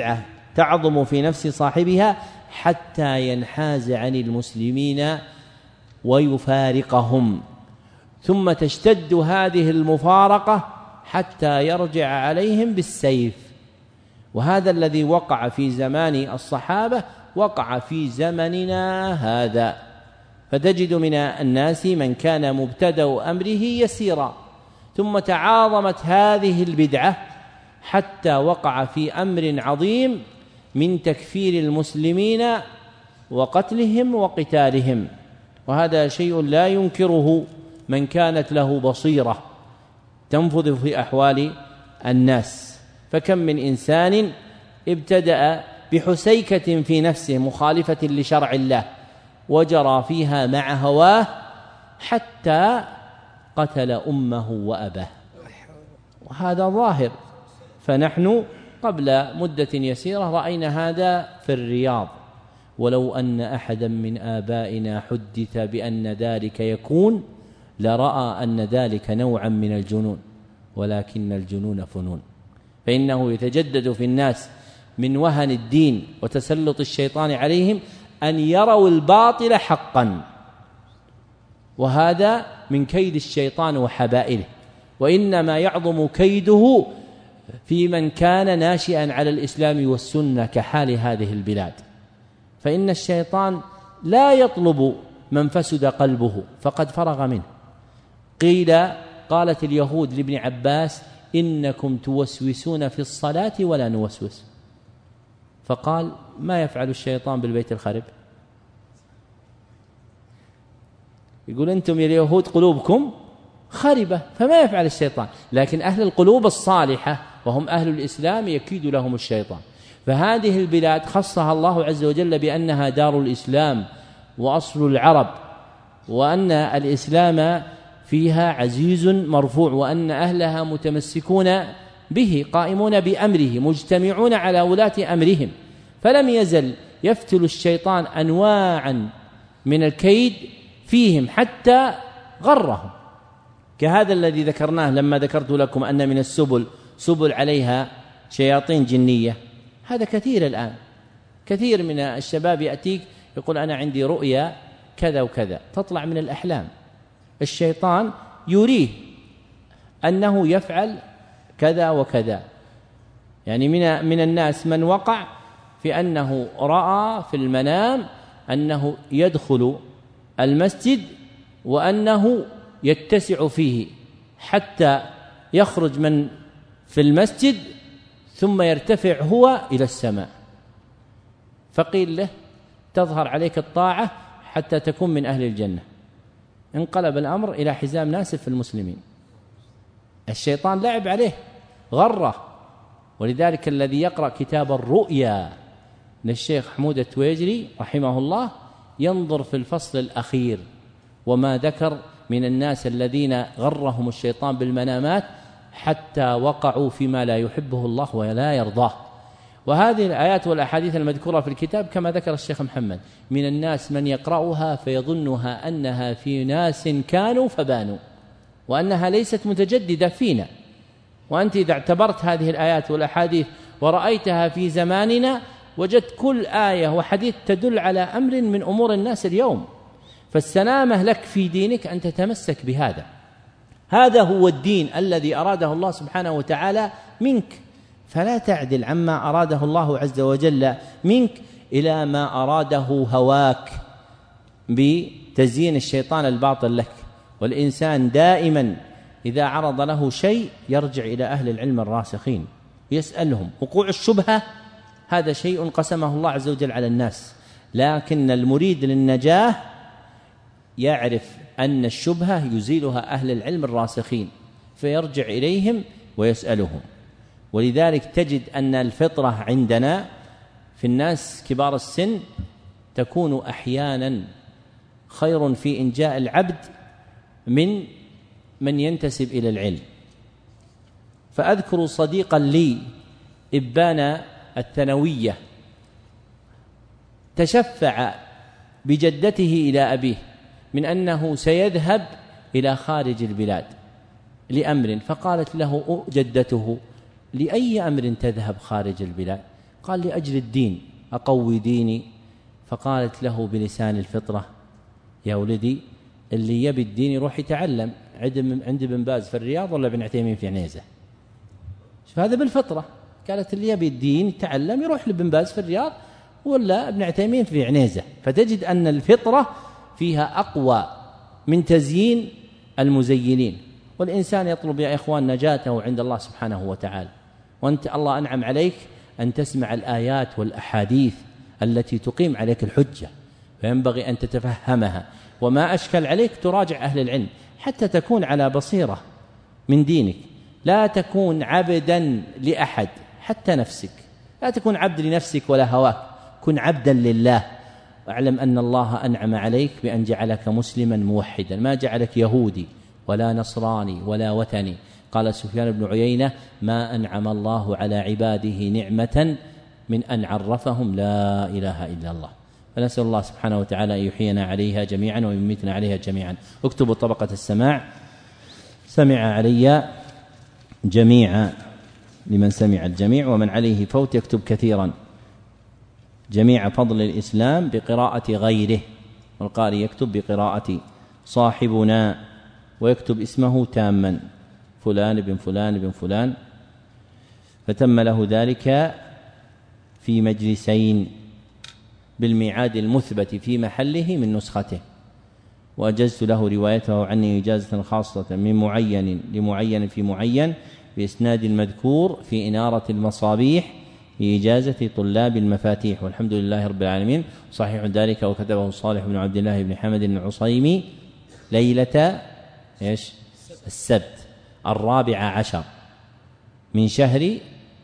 تعظم في نفس صاحبها حتى ينحاز عن المسلمين ويفارقهم، ثم تشتد هذه المفارقة حتى يرجع عليهم بالسيف. وهذا الذي وقع في زمان الصحابة وقع في زمننا هذا، فتجد من الناس من كان مبتدأ أمره يسيرا، ثم تعاظمت هذه البدعة حتى وقع في أمر عظيم من تكفير المسلمين وقتلهم وقتالهم، وهذا شيء لا ينكره من كانت له بصيرة تنفذ في أحوال الناس. فكم من إنسان ابتدأ بحسيكة في نفسه مخالفة لشرع الله وجرى فيها مع هواه حتى قتل أمه وأباه، وهذا ظاهر. فنحن قبل مدة يسيرة رأينا هذا في الرياض، ولو أن أحدا من آبائنا حدث بأن ذلك يكون لرأى أن ذلك نوعا من الجنون، ولكن الجنون فنون، فإنه يتجدد في الناس من وهن الدين وتسلط الشيطان عليهم أن يروا الباطل حقا، وهذا من كيد الشيطان وحبائله، وإنما يعظم كيده في من كان ناشئا على الإسلام والسنة كحال هذه البلاد. فإن الشيطان لا يطلب من فسد قلبه فقد فرغ منه. قالت اليهود لابن عباس: إنكم توسوسون في الصلاة ولا نوسوس. فقال: ما يفعل الشيطان بالبيت الخرب؟ يقول أنتم يا اليهود قلوبكم خربة، فما يفعل الشيطان، لكن أهل القلوب الصالحة وهم أهل الإسلام يكيد لهم الشيطان. فهذه البلاد خصها الله عز وجل بأنها دار الإسلام وأصل العرب، وأن الإسلام فيها عزيز مرفوع، وأن أهلها متمسكون به قائمون بأمره مجتمعون على ولاة أمرهم، فلم يزل يفتل الشيطان أنواعا من الكيد فيهم حتى غرهم، كهذا الذي ذكرناه لما ذكرت لكم أن من السبل سبل عليها شياطين جنية. هذا كثير الآن، كثير من الشباب يأتيك يقول أنا عندي رؤيا كذا وكذا، تطلع من الأحلام، الشيطان يريه أنه يفعل كذا وكذا. يعني من الناس من وقع في أنه رأى في المنام أنه يدخل المسجد وأنه يتسع فيه حتى يخرج من في المسجد ثم يرتفع هو إلى السماء، فقيل له: تظهر عليك الطاعة حتى تكون من أهل الجنة. انقلب الأمر إلى حزام ناسف في المسلمين. الشيطان لعب عليه غره. ولذلك الذي يقرأ كتاب الرؤيا للشيخ حمود التويجري رحمه الله ينظر في الفصل الأخير وما ذكر من الناس الذين غرهم الشيطان بالمنامات حتى وقعوا فيما لا يحبه الله ولا يرضاه. وهذه الآيات والأحاديث المذكورة في الكتاب كما ذكر الشيخ محمد: من الناس من يقرأها فيظنها أنها في ناس كانوا فبانوا، وأنها ليست متجددة فينا. وأنت إذا اعتبرت هذه الآيات والأحاديث ورأيتها في زماننا وجدت كل آية وحديث تدل على أمر من أمور الناس اليوم. فالسلامة لك في دينك أن تتمسك بهذا. هذا هو الدين الذي أراده الله سبحانه وتعالى منك، فلا تعدل عما أراده الله عز وجل منك إلى ما أراده هواك بتزيين الشيطان الباطل لك. والإنسان دائما إذا عرض له شيء يرجع إلى أهل العلم الراسخين يسألهم. وقوع الشبهة هذا شيء قسمه الله عز وجل على الناس، لكن المريد للنجاة يعرف أن الشبهة يزيلها أهل العلم الراسخين فيرجع إليهم ويسألهم. ولذلك تجد أن الفطرة عندنا في الناس كبار السن تكون أحيانا خير في إنجاء العبد من ينتسب إلى العلم. فأذكر صديقا لي إبان الثانوية تشفع بجدته إلى أبيه من أنه سيذهب إلى خارج البلاد لأمر، فقالت له جدته: لأي أمر تذهب خارج البلاد؟ قال لأجل الدين أقوي ديني. فقالت له بلسان الفطرة يا ولدي اللي يبي الدين يروح يتعلم عند ابن باز في الرياض ولا ابن عثيمين في عنيزة. فهذا بالفطرة. قالت اللي يبي الدين يتعلم يروح لابن باز في الرياض ولا ابن عثيمين في عنيزة. فتجد أن الفطرة فيها أقوى من تزيين المزينين. والإنسان يطلب يا إخوان نجاته عند الله سبحانه وتعالى، وأنت الله أنعم عليك أن تسمع الآيات والأحاديث التي تقيم عليك الحجة، فينبغي أن تتفهمها، وما أشكل عليك تراجع أهل العلم حتى تكون على بصيرة من دينك. لا تكون عبدا لأحد حتى نفسك، لا تكون عبد لنفسك ولا هواك، كن عبدا لله. واعلم أن الله أنعم عليك بأن جعلك مسلما موحدا، ما جعلك يهودي ولا نصراني ولا وثني. قال سفيان بن عيينة ما أنعم الله على عباده نعمة من أن عرفهم لا إله إلا الله. فنسأل الله سبحانه وتعالى أن يحيينا عليها جميعا ويميتنا عليها جميعا. اكتبوا طبقة السماع، سمع علي جميعا لمن سمع الجميع، ومن عليه فوت يكتب كثيرا. جميع فضل الإسلام بقراءة غيره، والقارئ يكتب بقراءة صاحبنا ويكتب اسمه تاما فلان بن فلان بن فلان. فتم له ذلك في مجلسين بالميعاد المثبت في محله من نسخته، وأجزت له روايته عني إجازة خاصة من معين لمعين في معين بإسناد المذكور في إنارة المصابيح بإجازة طلاب المفاتيح، والحمد لله رب العالمين. صحيح ذلك وكتبه صالح بن عبد الله بن حمد العصيمي ليلة السبت 14 من شهر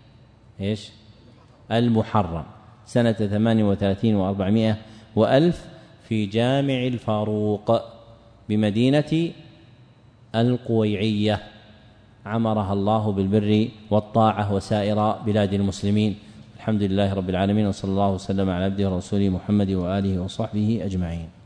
المحرم سنة 38 و400 وألف في جامع الفاروق بمدينة القويعية، عمرها الله بالبر والطاعة وسائر بلاد المسلمين. الحمد لله رب العالمين، وصلى الله وسلم على عبده ورسوله محمد وآله وصحبه أجمعين.